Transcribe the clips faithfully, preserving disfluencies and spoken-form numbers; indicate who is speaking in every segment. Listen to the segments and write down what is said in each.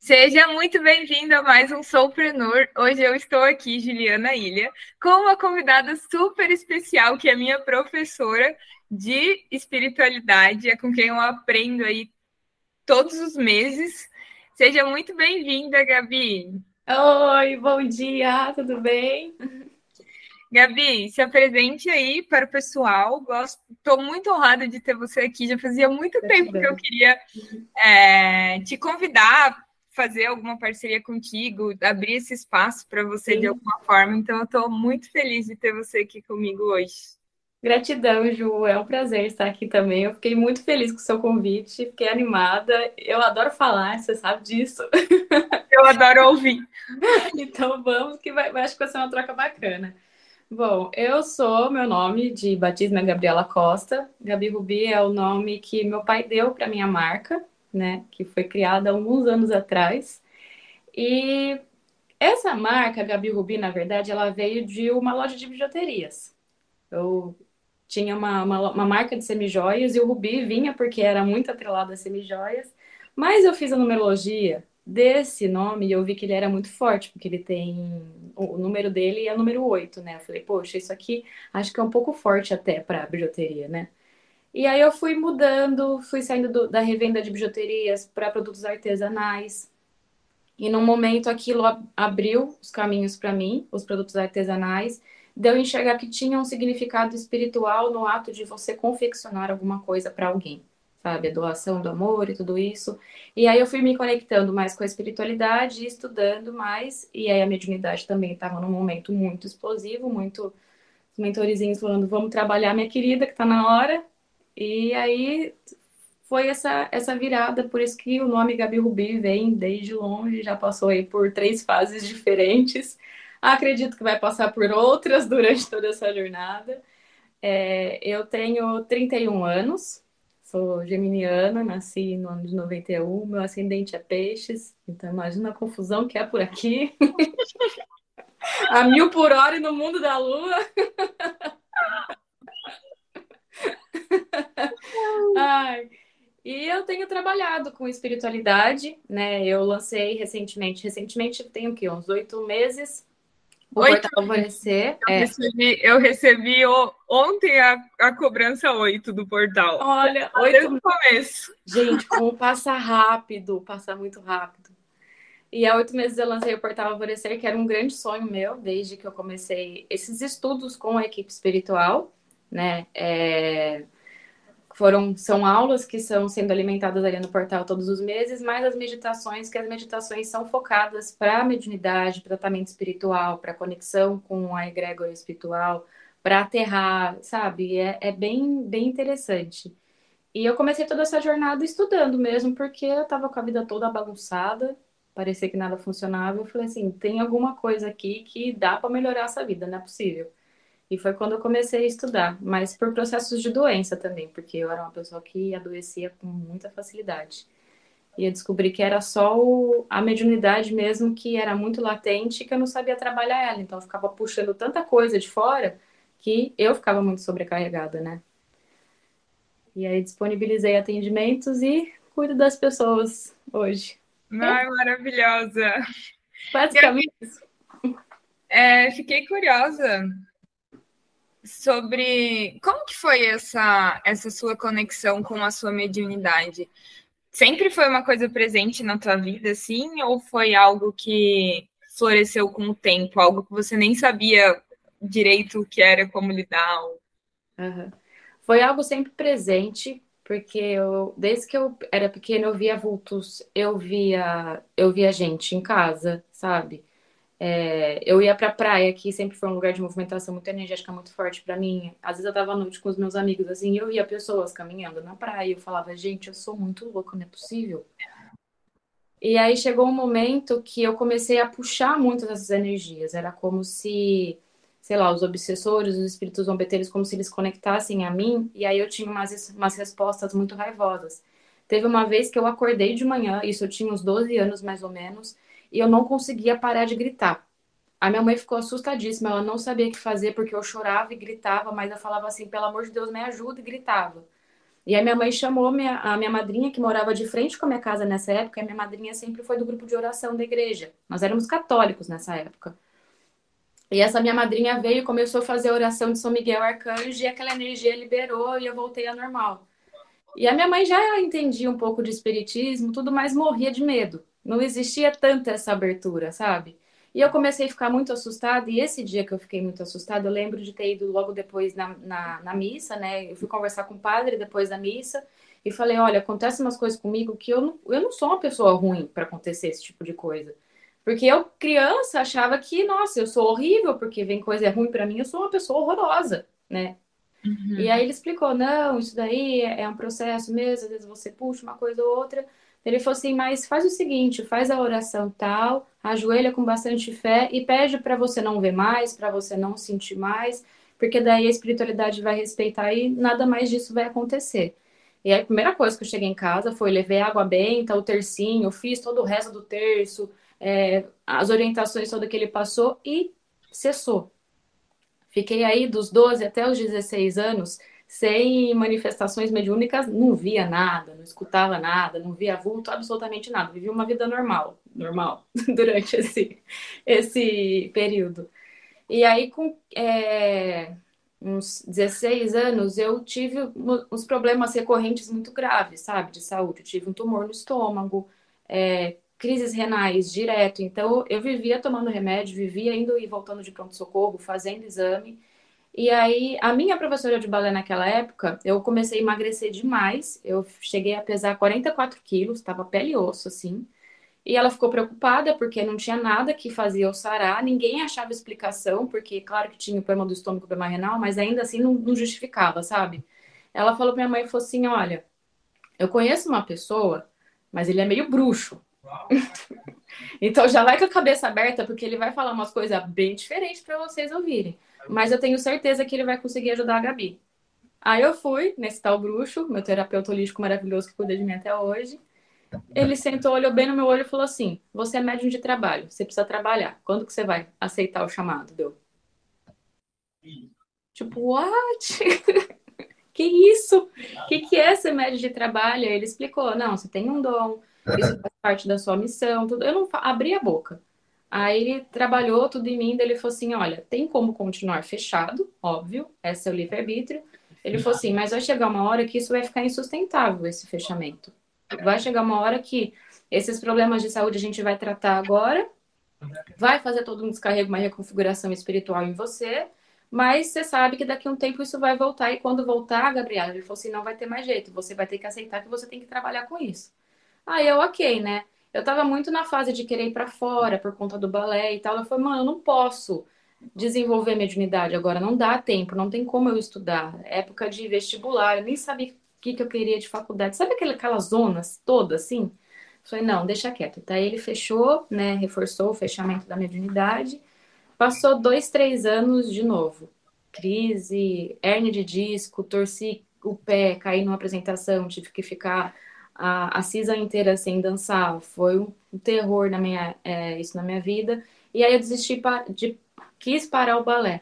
Speaker 1: Seja muito bem-vindo a mais um Soulpreneur. Hoje eu estou aqui, Juliana Ilha, com uma convidada super especial, que é minha professora de espiritualidade, é com quem eu aprendo aí todos os meses. Seja muito bem-vinda, Gabi.
Speaker 2: Oi, bom dia, tudo bem?
Speaker 1: Gabi, se apresente aí para o pessoal. Estou muito honrada de ter você aqui. Já fazia muito tempo que eu
Speaker 2: Gratidão.
Speaker 1: queria é, te convidar a fazer alguma parceria contigo, abrir esse espaço para você de
Speaker 2: Sim,
Speaker 1: alguma forma. Então, eu estou muito feliz de ter você aqui comigo hoje.
Speaker 2: gratidão, Ju. É um prazer estar aqui também. Eu fiquei muito feliz com o seu convite, fiquei animada. Eu adoro falar, você sabe disso.
Speaker 1: Eu adoro ouvir.
Speaker 2: Então vamos, que vai, acho que vai ser uma troca bacana. Bom, eu sou, meu nome de batismo é Gabriela Costa. Gabi Rubi é o nome que meu pai deu para minha marca, né? Que foi criada há alguns anos atrás. E essa marca, Gabi Rubi, na verdade, ela veio de uma loja de bijuterias. Eu tinha uma, uma, uma marca de semijoias e o Rubi vinha porque era muito atrelado a semijoias. Mas eu fiz a numerologia desse nome e eu vi que ele era muito forte, porque ele tem. O, o número dele é o número oito, né? Eu falei, poxa, isso aqui acho que é um pouco forte até para bijuteria, né? E aí eu fui mudando, fui saindo do- da revenda de bijuterias para produtos artesanais. E num momento aquilo ab- abriu os caminhos para mim, os produtos artesanais, de eu enxergar que tinha um significado espiritual no ato de você confeccionar alguma coisa para alguém, sabe? A doação do amor e tudo isso. E aí eu fui me conectando mais com a espiritualidade, estudando mais, e aí a mediunidade também estava num momento muito explosivo, muito os mentorizinhos falando, vamos trabalhar, minha querida, que tá na hora. E aí foi essa, essa virada, por isso que o nome Gabi Rubi vem desde longe, já passou aí por três fases diferentes. Acredito que vai passar por outras durante toda essa jornada. É, eu tenho trinta e um anos, sou geminiana, nasci no ano de noventa e um, meu ascendente é peixes, então imagina a confusão que é por aqui. A mil por hora e no mundo da lua. Ai, e eu tenho trabalhado com espiritualidade, né? Eu lancei recentemente, recentemente tem o quê? Uns oito meses, o
Speaker 1: Oito,
Speaker 2: Portal Alvorecer.
Speaker 1: eu
Speaker 2: É,
Speaker 1: recebi, eu recebi o- ontem a, a cobrança oito do portal.
Speaker 2: olha,
Speaker 1: Desde
Speaker 2: oito.
Speaker 1: o começo.
Speaker 2: Gente, como passa rápido, passa muito rápido. E há oito meses eu lancei o Portal Alvorecer, que era um grande sonho meu, desde que eu comecei esses estudos com a equipe espiritual, né? É, Foram, são aulas que são sendo alimentadas ali no portal todos os meses, mais as meditações, que as meditações são focadas para a mediunidade, para tratamento espiritual, para conexão com a egrégora espiritual, para aterrar, sabe? É, é bem, bem interessante. E eu comecei toda essa jornada estudando mesmo, porque eu estava com a vida toda bagunçada, parecia que nada funcionava. Eu falei assim: tem alguma coisa aqui que dá para melhorar essa vida, não é possível. E foi quando eu comecei a estudar, mas por processos de doença também, porque eu era uma pessoa que adoecia com muita facilidade. E eu descobri que era só o- a mediunidade mesmo que era muito latente e que eu não sabia trabalhar ela. Então eu ficava puxando tanta coisa de fora que eu ficava muito sobrecarregada, né? E aí disponibilizei atendimentos e cuido das pessoas hoje. É
Speaker 1: Ai, maravilhosa.
Speaker 2: basicamente isso.
Speaker 1: É, fiquei curiosa sobre como que foi essa, essa sua conexão com a sua mediunidade. Sempre foi uma coisa presente na tua vida, assim, ou foi algo que floresceu com o tempo, algo que você nem sabia direito o que era, como lidar?
Speaker 2: Aham. Foi algo sempre presente, porque eu, desde que eu era pequena, eu via vultos, eu via, eu via gente em casa, sabe? É, eu ia pra praia, que sempre foi um lugar de movimentação muito energética, muito forte pra mim. Às vezes eu tava à noite com os meus amigos, assim, e eu via pessoas caminhando na praia, e eu falava, gente, eu sou muito louca, não é possível. E aí chegou um momento que eu comecei a puxar muito dessas energias. Era como se, sei lá, os obsessores, os espíritos zombeteiros, como se eles conectassem a mim, e aí eu tinha umas, umas respostas muito raivosas. Teve uma vez que eu acordei de manhã, isso eu tinha uns doze anos mais ou menos, e eu não conseguia parar de gritar. A minha mãe ficou assustadíssima, ela não sabia o que fazer porque eu chorava e gritava, mas eu falava assim, pelo amor de Deus, me ajuda, e gritava. E aí minha mãe chamou minha, a minha madrinha, que morava de frente com a minha casa nessa época, e a minha madrinha sempre foi do grupo de oração da igreja. Nós éramos católicos nessa época. E essa minha madrinha veio e começou a fazer a oração de São Miguel Arcanjo, e aquela energia liberou e eu voltei ao normal. E a minha mãe já entendia um pouco de espiritismo, tudo, mas morria de medo. Não existia tanta essa abertura, sabe? E eu comecei a ficar muito assustada, e esse dia que eu fiquei muito assustada, eu lembro de ter ido logo depois na, na, na missa, né? Eu fui conversar com o padre depois da missa, e falei, olha, acontecem umas coisas comigo que eu não, eu não sou uma pessoa ruim para acontecer esse tipo de coisa. Porque eu, criança, achava que, nossa, eu sou horrível, porque vem coisa ruim para mim, eu sou uma pessoa horrorosa, né? E aí
Speaker 1: Uhum.
Speaker 2: ele explicou, não, isso daí é é um processo mesmo, às vezes você puxa uma coisa ou outra. Ele falou assim, mas faz o seguinte, faz a oração tal, ajoelha com bastante fé e pede para você não ver mais, para você não sentir mais, porque daí a espiritualidade vai respeitar e nada mais disso vai acontecer. E aí a primeira coisa que eu cheguei em casa foi levei água benta, o tercinho, fiz todo o resto do terço, é, as orientações todas que ele passou e cessou. Fiquei aí dos doze até os dezesseis anos sem manifestações mediúnicas, não via nada, não escutava nada, não via vulto, absolutamente nada. Vivia uma vida normal, normal, durante esse, esse período. E aí, com é, uns dezesseis anos, eu tive uns problemas recorrentes muito graves, sabe, de saúde. Eu tive um tumor no estômago, é, crises renais direto. Então, eu vivia tomando remédio, vivia indo e voltando de pronto-socorro, fazendo exame. E aí, a minha professora de balé naquela época, eu comecei a emagrecer demais. Eu cheguei a pesar quarenta e quatro quilos, estava pele e osso, assim. E ela ficou preocupada porque não tinha nada que fazia eu sarar, ninguém achava explicação, porque claro que tinha o problema do estômago, o problema renal, mas ainda assim não, não justificava, sabe? Ela falou pra minha mãe, falou assim, olha, eu conheço uma pessoa, mas ele é meio bruxo. Então já vai com a cabeça aberta, porque ele vai falar umas coisas bem diferentes para vocês ouvirem. Mas eu tenho certeza que ele vai conseguir ajudar a Gabi. Aí eu fui nesse tal bruxo, meu terapeuta holístico maravilhoso que cuida de mim até hoje. Ele sentou, olhou bem no meu olho e falou assim: você é médium de trabalho, você precisa trabalhar. Quando que você vai aceitar o chamado? Deu. Tipo, what? Que isso? O que, que é ser médium de trabalho? Aí ele explicou: não, você tem um dom, isso faz parte da sua missão, tudo. Eu não fa- abri a boca. Aí ele trabalhou tudo em mim, daí ele falou assim: olha, tem como continuar fechado, óbvio, esse é o livre-arbítrio. Ele falou assim, mas vai chegar uma hora que isso vai ficar insustentável, esse fechamento. Vai chegar uma hora que esses problemas de saúde a gente vai tratar agora, vai fazer todo um descarrego, uma reconfiguração espiritual em você, mas você sabe que daqui a um tempo isso vai voltar, e quando voltar, Gabriela, ele falou assim, não vai ter mais jeito, você vai ter que aceitar que você tem que trabalhar com isso. Aí eu, ok, né? Eu tava muito na fase de querer ir pra fora por conta do balé e tal. Eu falei, mano, eu não posso desenvolver mediunidade agora, não dá tempo, não tem como eu estudar. Época de vestibular, eu nem sabia o que, que eu queria de faculdade. Sabe aquela- aquelas zonas todas assim? Eu falei, não, deixa quieto. Daí ele fechou, né? Reforçou o fechamento da mediunidade. Passou dois, três anos de novo. Crise, hérnia de disco, torci o pé, caí numa apresentação, tive que ficar a, a season inteira sem dançar. Foi um, um terror na minha, é, isso na minha vida. E aí eu desisti pa- de, quis parar o balé.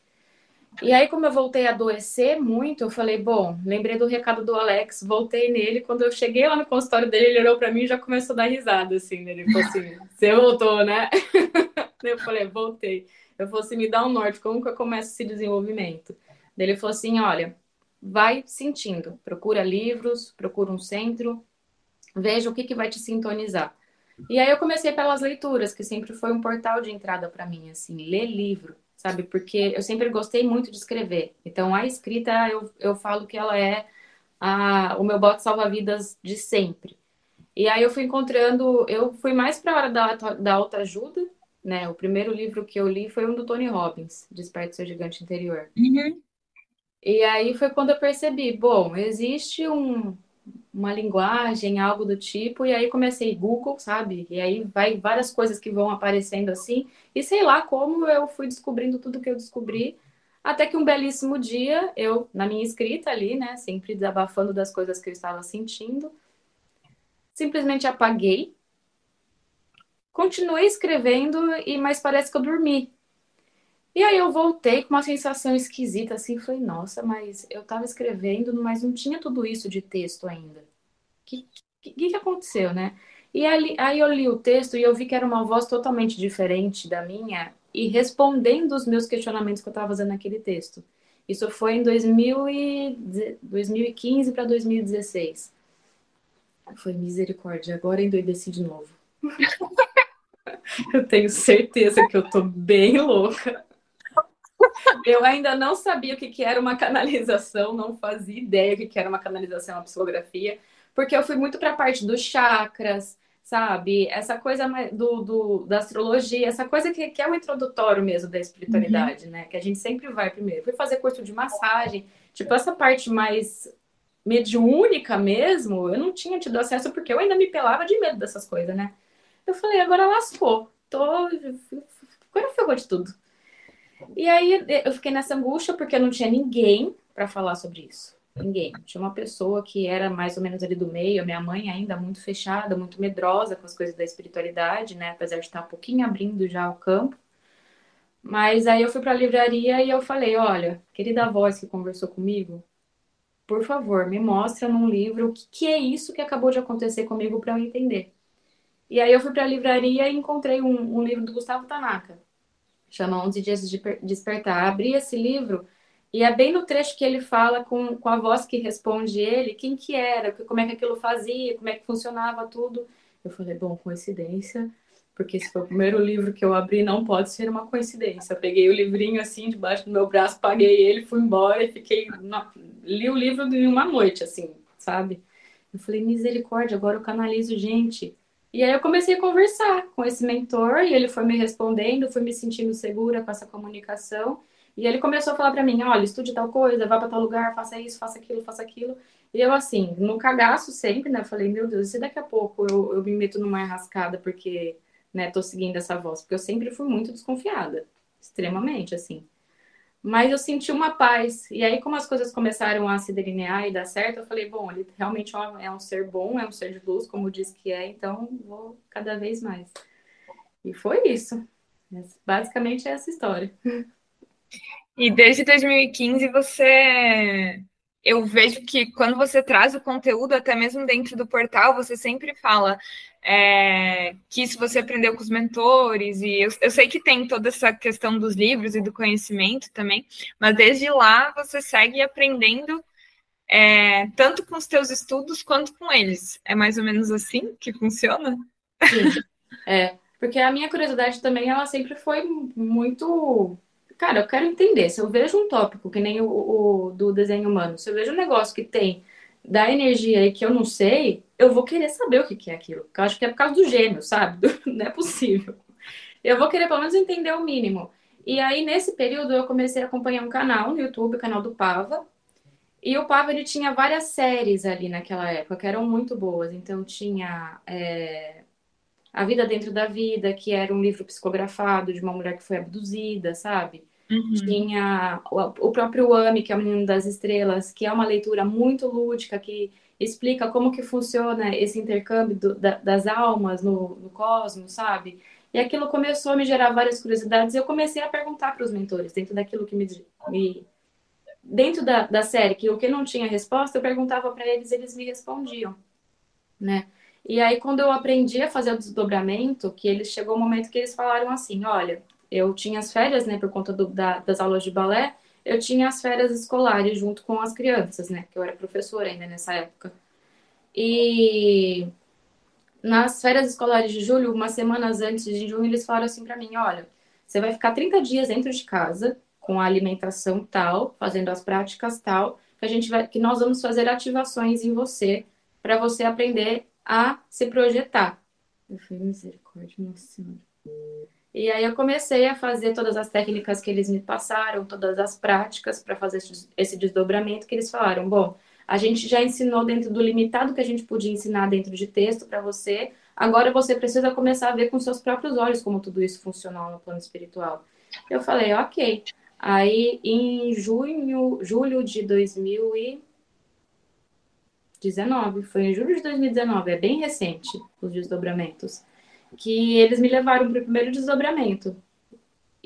Speaker 2: E aí, como eu voltei a adoecer muito, eu falei, bom, lembrei do recado do Alex, voltei nele. Quando eu cheguei lá no consultório dele, ele olhou pra mim e já começou a dar risada, assim, né? Ele falou assim, você voltou, né? Eu falei, voltei. Eu falei assim, me dá um norte, como que eu começo esse desenvolvimento? Daí ele falou assim, olha, vai sentindo, procura livros, procura um centro, veja o que que vai te sintonizar. E aí eu comecei pelas leituras, que sempre foi um portal de entrada para mim, assim, ler livro, sabe? Porque eu sempre gostei muito de escrever. Então a escrita, eu, eu falo que ela é a, o meu bote salva-vidas de sempre. E aí eu fui encontrando, eu fui mais para a hora da, da autoajuda, né? O primeiro livro que eu li foi um do Tony Robbins, Desperte Seu Gigante Interior.
Speaker 1: Uhum.
Speaker 2: E aí foi quando eu percebi, bom, existe um, uma linguagem, algo do tipo, e aí comecei Google, sabe? E aí vai várias coisas que vão aparecendo assim, e sei lá como eu fui descobrindo tudo que eu descobri, até que um belíssimo dia, eu, na minha escrita ali, né, sempre desabafando das coisas que eu estava sentindo, simplesmente apaguei. Continuei escrevendo, e mas parece que eu dormi. E aí eu voltei com uma sensação esquisita, assim, falei, nossa, mas eu tava escrevendo, mas não tinha tudo isso de texto ainda. O que, que, que aconteceu, né? E ali, aí eu li o texto e eu vi que era uma voz totalmente diferente da minha e respondendo os meus questionamentos que eu estava fazendo naquele texto. Isso foi em dois mil e, dois mil e quinze para dois mil e dezesseis. Foi misericórdia, agora endoideci de novo. Eu tenho certeza que eu tô bem louca. Eu ainda não sabia o que, que era uma canalização, não fazia ideia o que, que era uma canalização, uma psicografia, porque eu fui muito para a parte dos chakras, sabe? Essa coisa do, do, da astrologia, essa coisa que, que é o introdutório mesmo da
Speaker 1: Uhum.
Speaker 2: espiritualidade, né? Que a gente sempre vai primeiro. Fui fazer curso de massagem, tipo, essa parte mais mediúnica mesmo, eu não tinha tido acesso porque eu ainda me pelava de medo dessas coisas, né? Eu falei, agora lascou. Tô. Agora ferrou de tudo. E aí eu fiquei nessa angústia porque não tinha ninguém para falar sobre isso. Ninguém. Tinha uma pessoa que era mais ou menos ali do meio, a minha mãe ainda muito fechada, muito medrosa com as coisas da espiritualidade, né? Apesar de estar um pouquinho abrindo já o campo. Mas aí eu fui para a livraria e eu falei: olha, querida voz que conversou comigo, por favor, me mostra num livro o que, que é isso que acabou de acontecer comigo para eu entender. E aí eu fui para a livraria e encontrei um, um livro do Gustavo Tanaka, chama onze Dias de Despertar. Abri esse livro e é bem no trecho que ele fala com, com a voz que responde ele, quem que era, como é que aquilo fazia, como é que funcionava tudo. Eu falei, bom, coincidência, porque esse foi o primeiro livro que eu abri, não pode ser uma coincidência. Eu peguei o livrinho assim, debaixo do meu braço, paguei ele, fui embora e fiquei... Li o livro em uma noite, assim, sabe? Eu falei, misericórdia, agora eu canalizo gente. E aí eu comecei a conversar com esse mentor e ele foi me respondendo, fui me sentindo segura com essa comunicação. E ele começou a falar para mim, olha, estude tal coisa, vá para tal lugar, faça isso, faça aquilo, faça aquilo. E eu assim, no cagaço sempre, né? Eu falei, meu Deus, e se daqui a pouco eu, eu me meto numa enrascada porque, né, tô seguindo essa voz? Porque eu sempre fui muito desconfiada, extremamente, assim. Mas eu senti uma paz. E aí, como as coisas começaram a se delinear e dar certo, eu falei, bom, ele realmente é um, é um ser bom, é um ser de luz, como diz que é, então vou cada vez mais. E foi isso. Basicamente é essa história.
Speaker 1: E desde dois mil e quinze você. Eu vejo que quando você traz o conteúdo, até mesmo dentro do portal, você sempre fala é, que isso você aprendeu com os mentores, e eu, eu sei que tem toda essa questão dos livros e do conhecimento também, mas desde lá você segue aprendendo é, tanto com os teus estudos quanto com eles. É mais ou menos assim que funciona?
Speaker 2: Sim, é. Porque a minha curiosidade também, ela sempre foi muito. Cara, eu quero entender. Se eu vejo um tópico, que nem o, o do desenho humano, se eu vejo um negócio que tem da energia e que eu não sei, eu vou querer saber o que que é aquilo. Porque eu acho que é por causa do gêmeo, sabe? Não é possível. Eu vou querer pelo menos entender o mínimo. E aí, nesse período, eu comecei a acompanhar um canal no YouTube, o canal do Pava. E o Pava, ele tinha várias séries ali naquela época, que eram muito boas. Então, tinha é, A Vida Dentro da Vida, que era um livro psicografado de uma mulher que foi abduzida, sabe?
Speaker 1: Uhum.
Speaker 2: Tinha o próprio Ame, que é o Menino das Estrelas, que é uma leitura muito lúdica, que explica como que funciona esse intercâmbio do, da, das almas no, no cosmos, sabe? E aquilo começou a me gerar várias curiosidades e eu comecei a perguntar para os mentores, dentro daquilo que me... me dentro da, da série, que o que não tinha resposta, eu perguntava para eles, eles me respondiam, né? E aí, quando eu aprendi a fazer o desdobramento, que eles chegou o um momento que eles falaram assim, olha, eu tinha as férias, né, por conta do, da, das aulas de balé, eu tinha as férias escolares junto com as crianças, né, que eu era professora ainda nessa época. E nas férias escolares de julho, umas semanas antes de junho, eles falaram assim para mim, olha, você vai ficar trinta dias dentro de casa, com a alimentação tal, fazendo as práticas tal, que a gente vai, que nós vamos fazer ativações em você para você aprender a se projetar. Eu falei, misericórdia, nossa senhora. E aí eu comecei a fazer todas as técnicas que eles me passaram, todas as práticas para fazer esse desdobramento que eles falaram. Bom, a gente já ensinou dentro do limitado que a gente podia ensinar dentro de texto para você. Agora você precisa começar a ver com seus próprios olhos como tudo isso funciona no plano espiritual. Eu falei, ok. Aí em junho, julho de dois mil e dezenove, foi em julho de dois mil e dezenove, é bem recente os desdobramentos, que eles me levaram para o primeiro desdobramento.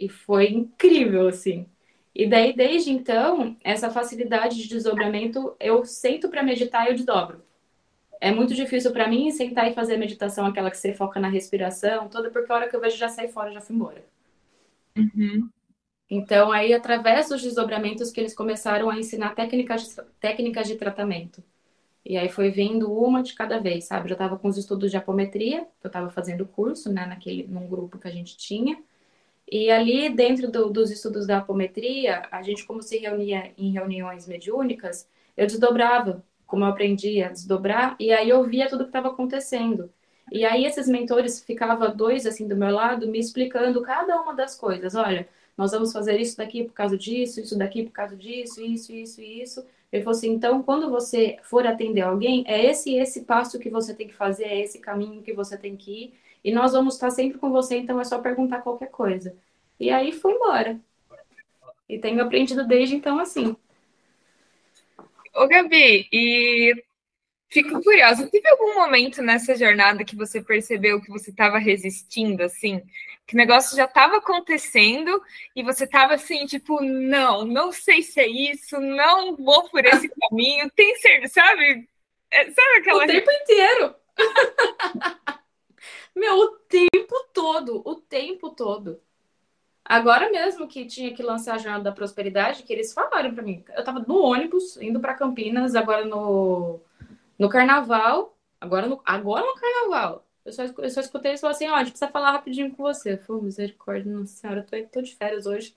Speaker 2: E foi incrível, assim. E daí, desde então, essa facilidade de desdobramento, eu sento para meditar e eu desdobro. É muito difícil para mim sentar e fazer a meditação, aquela que você foca na respiração, toda, porque a hora que eu vejo já saí fora, já fui embora.
Speaker 1: Uhum.
Speaker 2: Então, aí, através dos desdobramentos, que eles começaram a ensinar técnicas, técnicas de tratamento. E aí foi vindo uma de cada vez, sabe? Eu já estava com os estudos de apometria, eu estava fazendo curso, né, naquele, num grupo que a gente tinha. E ali, dentro do, dos estudos da apometria, a gente, como se reunia em reuniões mediúnicas, eu desdobrava, como eu aprendi a desdobrar, e aí eu via tudo que estava acontecendo. E aí esses mentores ficavam dois, assim, do meu lado, me explicando cada uma das coisas. Olha, nós vamos fazer isso daqui por causa disso, isso daqui por causa disso, isso, isso e isso. Ele falou assim, então, quando você for atender alguém, é esse esse passo que você tem que fazer, é esse caminho que você tem que ir, e nós vamos estar sempre com você, então é só perguntar qualquer coisa. E aí fui embora. E tenho aprendido desde então assim.
Speaker 1: Ô, Gabi, e fico curiosa, teve algum momento nessa jornada que você percebeu que você estava resistindo, assim? Que o negócio já estava acontecendo e você estava assim, tipo, não, não sei se é isso, não vou por esse caminho, tem certeza, sabe? É, sabe aquela...
Speaker 2: O tempo inteiro! Meu, o tempo todo, o tempo todo. Agora mesmo que tinha que lançar a Jornada da Prosperidade, que eles falaram para mim. Eu tava no ônibus, indo para Campinas, agora no, no carnaval. Agora no, agora no carnaval. Eu só, eu só escutei eles falar assim: ó, a gente precisa falar rapidinho com você. Eu falei, misericórdia, nossa senhora, eu tô, tô de férias hoje.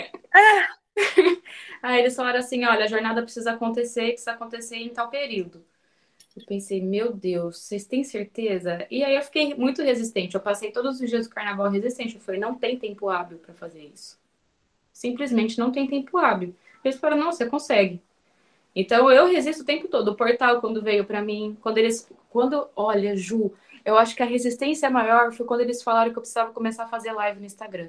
Speaker 2: Aí eles falaram assim: olha, a jornada precisa acontecer, precisa acontecer em tal período. Eu pensei, meu Deus, vocês têm certeza? E aí eu fiquei muito resistente. Eu passei todos os dias do carnaval resistente. Eu falei, não tem tempo hábil para fazer isso. Simplesmente não tem tempo hábil. Eles falaram, não, você consegue. Então eu resisto o tempo todo. O portal, quando veio para mim, quando eles. Quando, olha, Ju, eu acho que a resistência maior foi quando eles falaram que eu precisava começar a fazer live no Instagram.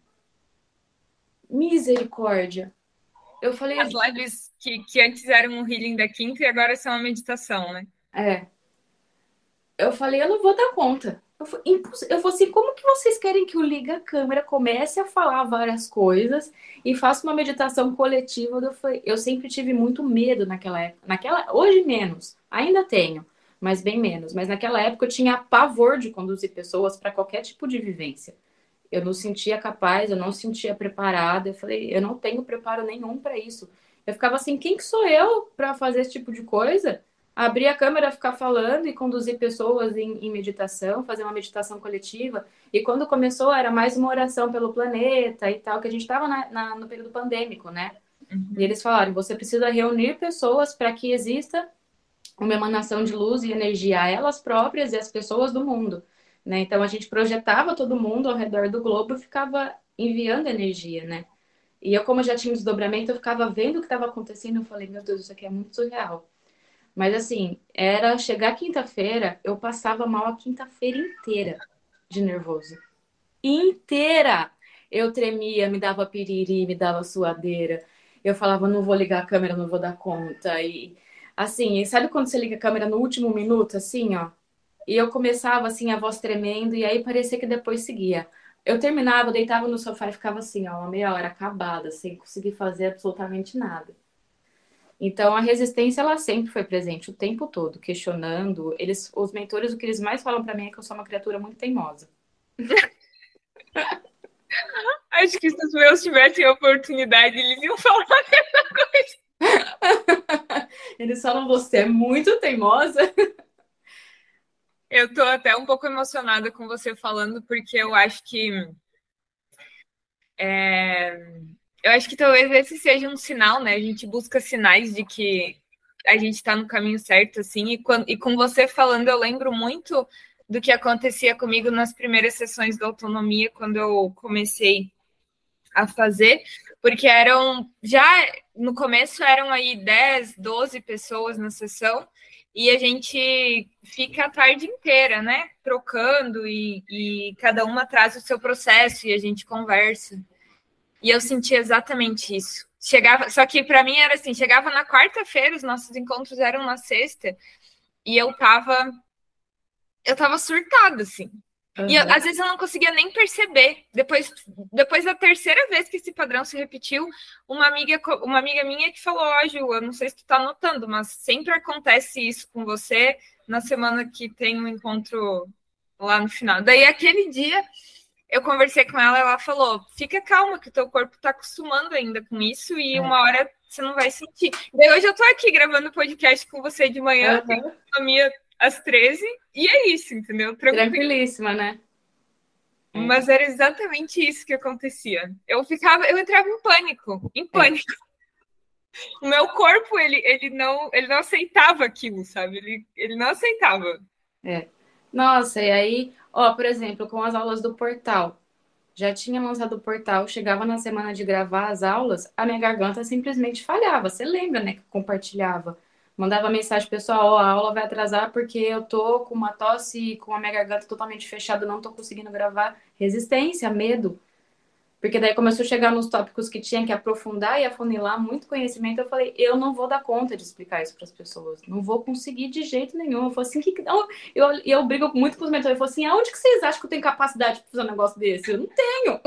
Speaker 2: Misericórdia. Eu falei,
Speaker 1: As lives que, que antes eram um healing da quinta e agora são uma meditação, né?
Speaker 2: é. Eu falei, eu não vou dar conta. Eu falei, eu falei assim, como que vocês querem que eu ligue a câmera, comece a falar várias coisas e faça uma meditação coletiva? Eu, falei, eu sempre tive muito medo naquela época. Naquela, hoje menos, ainda tenho, mas bem menos. Mas naquela época eu tinha pavor de conduzir pessoas para qualquer tipo de vivência. Eu não sentia capaz, eu não sentia preparada. Eu falei, eu não tenho preparo nenhum para isso. Eu ficava assim, quem que sou eu para fazer esse tipo de coisa? Abrir a câmera, ficar falando e conduzir pessoas em, em meditação, fazer uma meditação coletiva. E quando começou, era mais uma oração pelo planeta e tal, que a gente estava no período pandêmico, né? Uhum. E eles falaram, você precisa reunir pessoas para que exista uma emanação de luz e energia a elas próprias e às pessoas do mundo. Né? Então a gente projetava todo mundo ao redor do globo e ficava enviando energia, né? E eu, como já tinha um desdobramento, eu ficava vendo o que estava acontecendo. Eu falei, meu Deus, isso aqui é muito surreal. Mas assim, era chegar quinta-feira, eu passava mal a quinta-feira inteira de nervoso. Inteira! Eu tremia, me dava piriri, me dava suadeira. Eu falava, não vou ligar a câmera, não vou dar conta. E assim, sabe quando você liga a câmera no último minuto, assim, ó? E eu começava assim, a voz tremendo, e aí parecia que depois seguia. Eu terminava, eu deitava no sofá e ficava assim, ó, uma meia hora acabada, sem conseguir fazer absolutamente nada. Então a resistência ela sempre foi presente o tempo todo, questionando. Eles, os mentores, o que eles mais falam para mim é que eu sou uma criatura muito teimosa.
Speaker 1: Acho que se os meus tivessem a oportunidade, eles iam falar a mesma
Speaker 2: coisa. Eles falam, você é muito teimosa.
Speaker 1: Eu tô até um pouco emocionada com você falando, porque eu acho que é, eu acho que talvez esse seja um sinal, né? A gente busca sinais de que a gente está no caminho certo, assim, e, quando, e com você falando, eu lembro muito do que acontecia comigo nas primeiras sessões da autonomia, quando eu comecei a fazer, porque eram, já no começo eram aí dez, doze pessoas na sessão, e a gente fica a tarde inteira, né, trocando, e, e cada uma traz o seu processo, e a gente conversa. E eu senti exatamente isso. Chegava, só que para mim era assim, chegava na quarta-feira, os nossos encontros eram na sexta, e eu tava, eu tava surtada, assim. E eu,
Speaker 2: Aham.
Speaker 1: às vezes eu não conseguia nem perceber. Depois, depois da terceira vez que esse padrão se repetiu, uma amiga, uma amiga minha que falou: Ó, oh, Ju, eu não sei se tu tá notando, mas sempre acontece isso com você na semana que tem um encontro lá no final. Daí, aquele dia, eu conversei com ela, ela falou: fica calma, que o teu corpo tá acostumando ainda com isso e
Speaker 2: É.
Speaker 1: uma hora você não vai sentir. Daí, hoje eu tô aqui gravando podcast com você de manhã, tem
Speaker 2: Aham.
Speaker 1: autonomia às treze, e é isso, entendeu? Tranquilo.
Speaker 2: Tranquilíssima, né? É.
Speaker 1: Mas era exatamente isso que acontecia. Eu ficava, eu entrava em pânico, em
Speaker 2: É.
Speaker 1: pânico. O meu corpo, ele, ele, não, ele não aceitava aquilo, sabe? Ele, ele não aceitava.
Speaker 2: É. Nossa, e aí, ó, por exemplo, com as aulas do portal. Já tinha lançado o portal, chegava na semana de gravar as aulas, a minha garganta simplesmente falhava. Você lembra, né, que eu compartilhava? Mandava mensagem pessoal, ó, a aula vai atrasar porque eu tô com uma tosse, e com a minha garganta totalmente fechada, não tô conseguindo gravar. Resistência, medo. Porque daí começou a chegar nos tópicos que tinha que aprofundar e afunilar muito conhecimento. Eu falei, eu não vou dar conta de explicar isso para as pessoas. Não vou conseguir de jeito nenhum. Eu falei assim, que, não, eu, eu brigo muito com os mentores. Eu falei assim, aonde que vocês acham que eu tenho capacidade de fazer um negócio desse? Eu não tenho.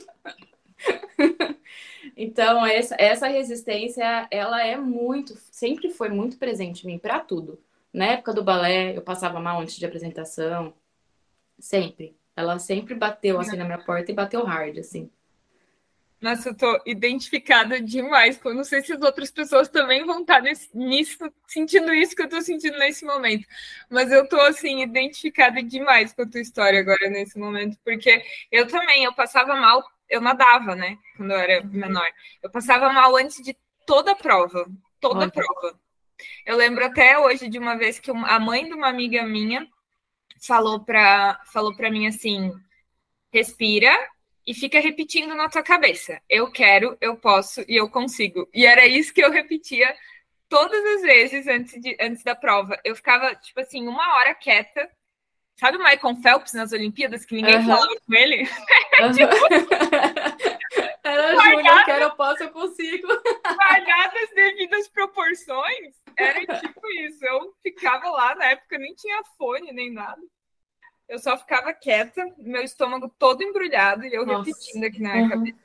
Speaker 2: Então, essa, essa resistência, ela é muito, sempre foi muito presente em mim, para tudo. Na época do balé, eu passava mal antes de apresentação. Sempre. Ela sempre bateu assim na minha porta e bateu hard, assim.
Speaker 1: Nossa, eu tô identificada demais. Eu não sei se as outras pessoas também vão estar nesse, nisso, sentindo isso que eu tô sentindo nesse momento. Mas eu tô, assim, identificada demais com a tua história agora, nesse momento. Porque eu também, eu passava mal, eu nadava, né? Quando eu era menor. Eu passava mal antes de toda a prova. Toda a
Speaker 2: Olha.
Speaker 1: prova. Eu lembro até hoje de uma vez que a mãe de uma amiga minha falou pra, falou pra mim assim: respira e fica repetindo na tua cabeça. Eu quero, eu posso e eu consigo. E era isso que eu repetia todas as vezes antes, de, antes da prova. Eu ficava, tipo assim, uma hora quieta. Sabe o Michael Phelps nas Olimpíadas, que ninguém
Speaker 2: Aham.
Speaker 1: falava com ele?
Speaker 2: Aham. Era Júlia, eu quero, eu posso, eu consigo.
Speaker 1: Guardadas as devidas proporções, era tipo isso. Eu ficava lá, na época nem tinha fone nem nada. Eu só ficava quieta, meu estômago todo embrulhado e eu
Speaker 2: Nossa.
Speaker 1: repetindo aqui na minha
Speaker 2: Uhum.
Speaker 1: cabeça.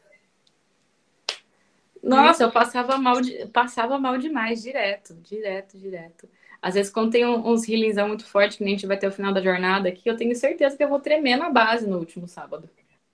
Speaker 2: Nossa, eu passava mal, de, passava mal demais, direto, direto, direto. Às vezes, quando tem um- uns healingzão muito forte, que nem a gente vai ter o final da jornada aqui, eu tenho certeza que eu vou tremer na base no último sábado.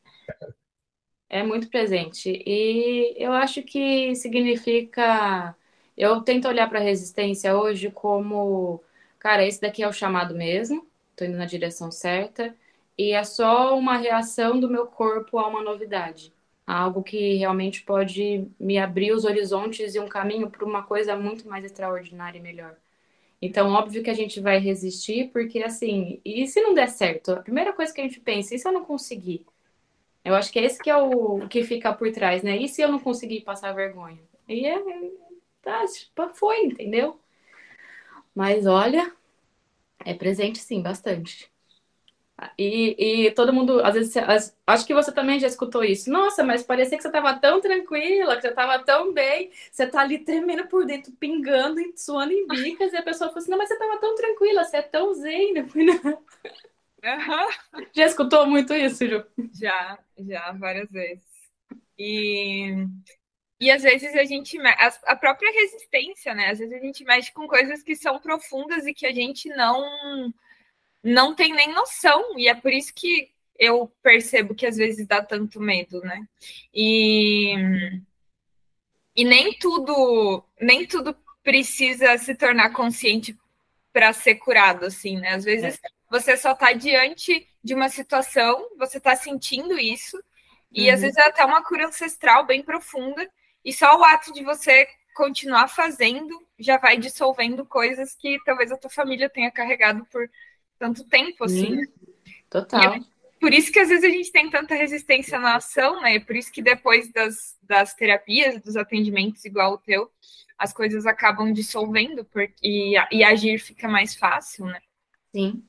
Speaker 2: É muito presente. E eu acho que significa. Eu tento olhar para a resistência hoje como, cara, esse daqui é o chamado mesmo, tô indo na direção certa, e é só uma reação do meu corpo a uma novidade. Algo que realmente pode me abrir os horizontes e um caminho para uma coisa muito mais extraordinária e melhor. Então, óbvio que a gente vai resistir, porque assim, e se não der certo? A primeira coisa que a gente pensa, e se eu não conseguir? Eu acho que é esse que é o, o que fica por trás, né? E se eu não conseguir passar vergonha? E é, tá, tipo, foi, entendeu? Mas olha, é presente sim, bastante. E, e todo mundo, às vezes, as- acho que você também já escutou isso. Nossa, mas parecia que você estava tão tranquila, que você estava tão bem, você tá ali tremendo por dentro, pingando, e suando em bicas, e a pessoa fala assim, não, mas você estava tão tranquila, você é tão zen. Eu falei, "Não."
Speaker 1: Uhum.
Speaker 2: Já escutou muito isso, Ju?
Speaker 1: Já, já, várias vezes. E, e às vezes a gente. A, a própria resistência, né? Às vezes a gente mexe com coisas que são profundas e que a gente não, não tem nem noção. E é por isso que eu percebo que às vezes dá tanto medo, né? E, e nem tudo, nem tudo precisa se tornar consciente para ser curado, assim, né? Às vezes
Speaker 2: É.
Speaker 1: você só está diante de uma situação, você está sentindo isso, e às
Speaker 2: Uhum.
Speaker 1: vezes é até uma cura ancestral bem profunda, e só o ato de você continuar fazendo já vai dissolvendo coisas que talvez a tua família tenha carregado por tanto tempo, assim.
Speaker 2: Sim,
Speaker 1: E é
Speaker 2: total.
Speaker 1: por isso que às vezes a gente tem tanta resistência na ação, né? É por isso que depois das, das terapias, dos atendimentos igual o teu, as coisas acabam dissolvendo porque, e, e agir fica mais fácil, né?
Speaker 2: Sim.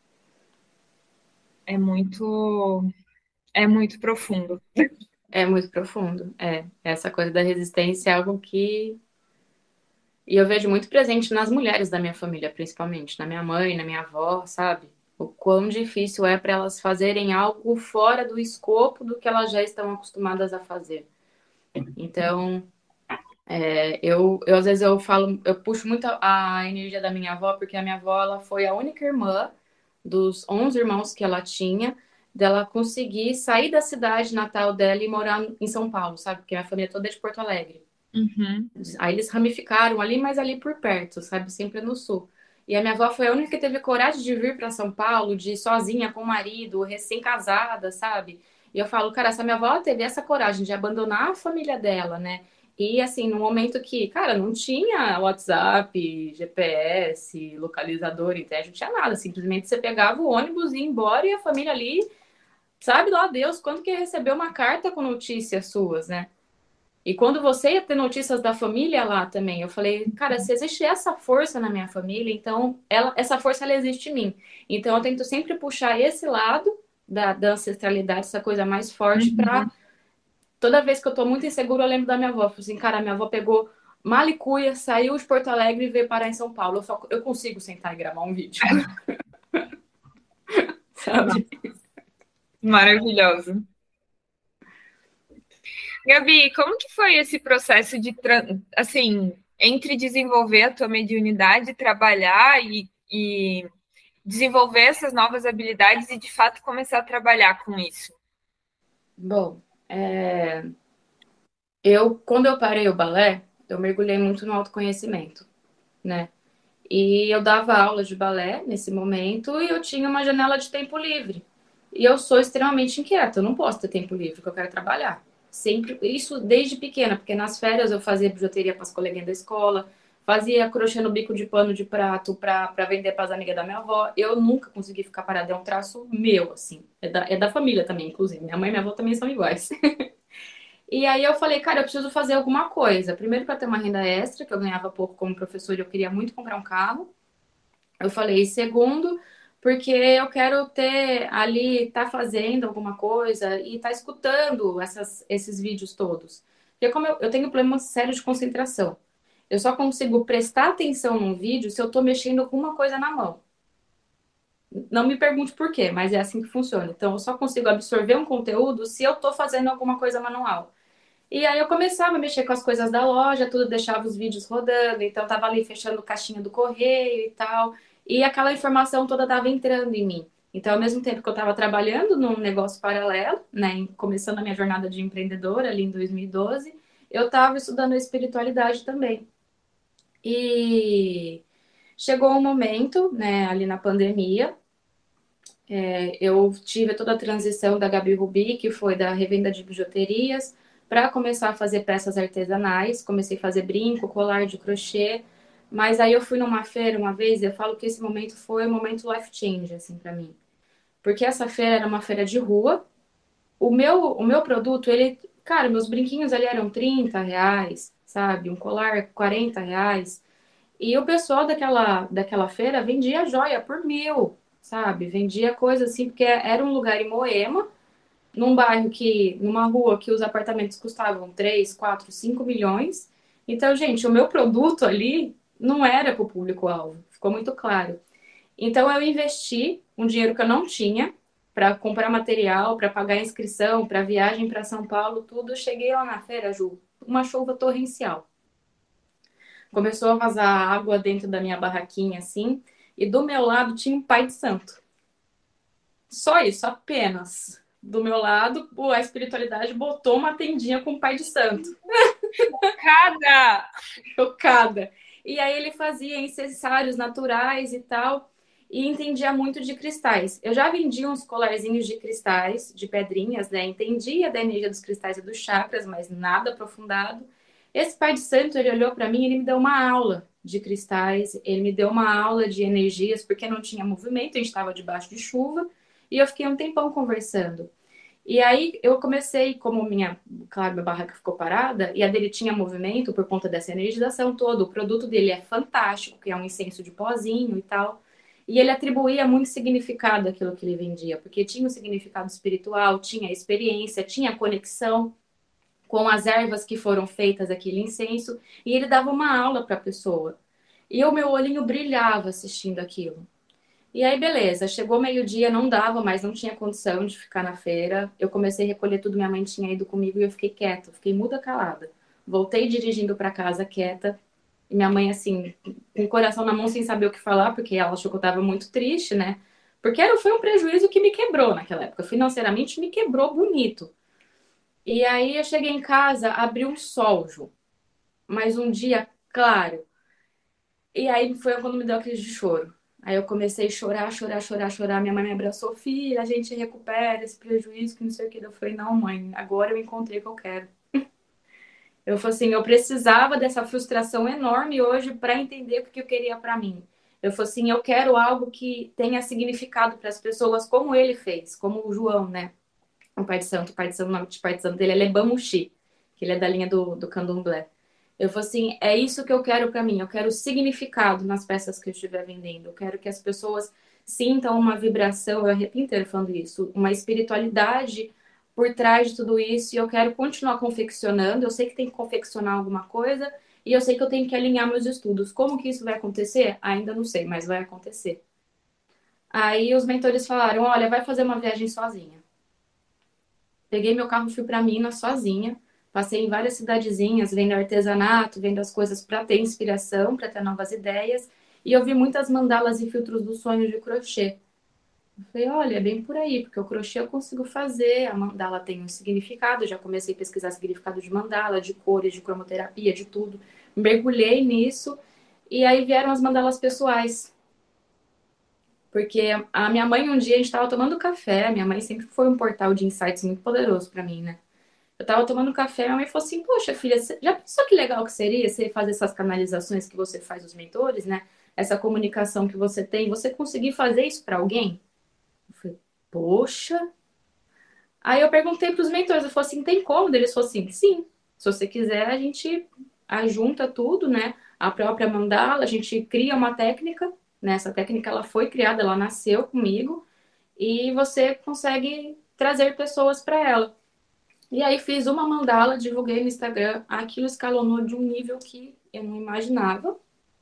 Speaker 1: É muito, é muito profundo.
Speaker 2: É muito profundo. É, essa coisa da resistência é algo que. E eu vejo muito presente nas mulheres da minha família, principalmente. Na minha mãe, na minha avó, sabe? O quão difícil é para elas fazerem algo fora do escopo do que elas já estão acostumadas a fazer. Então, é, eu, eu às vezes eu falo, eu puxo muito a, a energia da minha avó, porque a minha avó ela foi a única irmã dos onze irmãos que ela tinha, dela conseguir sair da cidade natal dela e morar em São Paulo, sabe? Porque a minha família toda é de Porto Alegre.
Speaker 1: Uhum.
Speaker 2: Aí eles ramificaram ali, mas ali por perto, sabe? Sempre no sul. E a minha avó foi a única que teve coragem de vir para São Paulo, de ir sozinha com o marido, recém-casada, sabe? E eu falo, cara, essa minha avó teve essa coragem de abandonar a família dela, né? E assim, no momento que, cara, não tinha WhatsApp, G P S, localizador, internet, não tinha nada. Simplesmente você pegava o ônibus e ia embora e a família ali, sabe lá Deus, quando que recebeu uma carta com notícias suas, né? E quando você ia ter notícias da família lá também, eu falei, cara, se existe essa força na minha família, então ela, essa força ela existe em mim. Então eu tento sempre puxar esse lado da, da ancestralidade, essa coisa mais forte,
Speaker 1: Uhum.
Speaker 2: para toda vez que eu tô muito insegura, eu lembro da minha avó. Eu falei assim, cara, minha avó pegou malicuia, saiu de Porto Alegre e veio parar em São Paulo. Eu, só, eu consigo sentar e gravar um vídeo. Sabe?
Speaker 1: Maravilhoso. Gabi, como que foi esse processo de, assim, entre desenvolver a tua mediunidade, trabalhar e, e desenvolver essas novas habilidades e, de fato, começar a trabalhar com isso?
Speaker 2: Bom, é... eu, quando eu parei o balé, eu mergulhei muito no autoconhecimento, né? E eu dava aula de balé nesse momento e eu tinha uma janela de tempo livre. E eu sou extremamente inquieta, eu não posso ter tempo livre, porque eu quero trabalhar. Sempre, isso desde pequena, porque nas férias eu fazia bijuteria para as coleguinhas da escola, fazia crochê no bico de pano de prato para vender para as amigas da minha avó. Eu nunca consegui ficar parada, é um traço meu, assim. É da, é da família também, inclusive. Minha mãe e minha avó também são iguais. E aí eu falei, cara, eu preciso fazer alguma coisa. Primeiro para ter uma renda extra, que eu ganhava pouco como professora e eu queria muito comprar um carro. Eu falei, segundo, porque eu quero ter ali, tá fazendo alguma coisa e tá escutando essas, esses vídeos todos. Porque como eu, eu tenho problema sério de concentração, eu só consigo prestar atenção num vídeo se eu tô mexendo com uma coisa na mão. Não me pergunte por quê, mas é assim que funciona. Então, eu só consigo absorver um conteúdo se eu tô fazendo alguma coisa manual. E aí eu começava a mexer com as coisas da loja, tudo, deixava os vídeos rodando, então tava ali fechando caixinha do correio e tal, e aquela informação toda tava entrando em mim. Então, ao mesmo tempo que eu estava trabalhando num negócio paralelo, né, começando a minha jornada de empreendedora ali em dois mil e doze, eu estava estudando espiritualidade também. E chegou um momento, né, ali na pandemia, é, eu tive toda a transição da Gabi Rubi, que foi da revenda de bijuterias, para começar a fazer peças artesanais. Comecei a fazer brinco, colar de crochê. Mas aí eu fui numa feira uma vez e eu falo que esse momento foi um momento life change, assim, para mim. Porque essa feira era uma feira de rua. O meu, o meu produto, ele... Cara, meus brinquinhos ali eram trinta reais, sabe? Um colar, quarenta reais. E o pessoal daquela, daquela feira vendia joia por mil, sabe? Vendia coisa assim, porque era um lugar em Moema, num bairro que, numa rua que os apartamentos custavam três, quatro, cinco milhões. Então, gente, o meu produto ali não era para o público-alvo, ficou muito claro. Então, eu investi um dinheiro que eu não tinha para comprar material, para pagar a inscrição, para viagem para São Paulo, tudo. Cheguei lá na feira, Ju, uma chuva torrencial. Começou a vazar água dentro da minha barraquinha, assim, e do meu lado tinha um pai de santo. Só isso, apenas. Do meu lado, a espiritualidade botou uma tendinha com o pai de santo.
Speaker 1: Cada!
Speaker 2: Chocada. E aí ele fazia incensários naturais e tal, e entendia muito de cristais. Eu já vendia uns colarzinhos de cristais, de pedrinhas, né? Entendia da energia dos cristais e dos chakras, mas nada aprofundado. Esse pai de santo, ele olhou para mim e ele me deu uma aula de cristais, ele me deu uma aula de energias, porque não tinha movimento, a gente estava debaixo de chuva, e eu fiquei um tempão conversando. E aí eu comecei, como minha, claro, minha barraca ficou parada, e a dele tinha movimento por conta dessa energização toda. O produto dele é fantástico, que é um incenso de pozinho e tal. E ele atribuía muito significado àquilo que ele vendia, porque tinha um significado espiritual, tinha experiência, tinha conexão com as ervas que foram feitas aquele incenso, e ele dava uma aula para a pessoa. E o meu olhinho brilhava assistindo aquilo. E aí, beleza, chegou meio-dia, não dava mais, não tinha condição de ficar na feira. Eu comecei a recolher tudo, minha mãe tinha ido comigo e eu fiquei quieta, fiquei muda calada. Voltei dirigindo para casa quieta. E minha mãe, assim, com o coração na mão, sem saber o que falar, porque ela achou que eu tava muito triste, né? Porque era, foi um prejuízo que me quebrou naquela época. Financeiramente, me quebrou bonito. E aí, eu cheguei em casa, abri um sol, Ju. Mas um dia claro. E aí, foi quando me deu a crise de choro. Aí eu comecei a chorar, chorar, chorar, chorar. Minha mãe me abraçou, filha, a gente recupera esse prejuízo, que não sei o que. Eu falei, não, mãe, agora eu encontrei o que eu quero. Eu falei assim, eu precisava dessa frustração enorme hoje para entender o que eu queria para mim. Eu falei assim, eu quero algo que tenha significado para as pessoas, como ele fez, como o João, né? O pai de santo, o pai de santo, o nome de pai de santo dele é Lebamuxi, que ele é da linha do, do candomblé. Eu falei assim, é isso que eu quero para mim. Eu quero significado nas peças que eu estiver vendendo. Eu quero que as pessoas sintam uma vibração, eu arrepio inteiro falando isso, uma espiritualidade por trás de tudo isso. E eu quero continuar confeccionando. Eu sei que tem que confeccionar alguma coisa e eu sei que eu tenho que alinhar meus estudos. Como que isso vai acontecer? Ainda não sei, mas vai acontecer. Aí os mentores falaram, olha, vai fazer uma viagem sozinha. Peguei meu carro, fui para Minas sozinha. Passei em várias cidadezinhas, vendo artesanato, vendo as coisas para ter inspiração, para ter novas ideias. E eu vi muitas mandalas e filtros do sonho de crochê. Eu falei, olha, é bem por aí, porque o crochê eu consigo fazer, a mandala tem um significado. Eu já comecei a pesquisar significado de mandala, de cores, de cromoterapia, de tudo. Mergulhei nisso. E aí vieram as mandalas pessoais. Porque a minha mãe, um dia, a gente estava tomando café. Minha mãe sempre foi um portal de insights muito poderoso para mim, né? Eu tava tomando café, minha mãe falou assim, poxa, filha, você já pensou que legal que seria você fazer essas canalizações que você faz os mentores, né? Essa comunicação que você tem, você conseguir fazer isso para alguém? Eu falei, poxa. Aí eu perguntei pros mentores, eu falei assim, tem como? Eles falaram assim, sim. Se você quiser, a gente ajunta tudo, né? A própria mandala, a gente cria uma técnica, né? Essa técnica, ela foi criada, ela nasceu comigo, e você consegue trazer pessoas para ela. E aí fiz uma mandala, divulguei no Instagram, aquilo escalonou de um nível que eu não imaginava,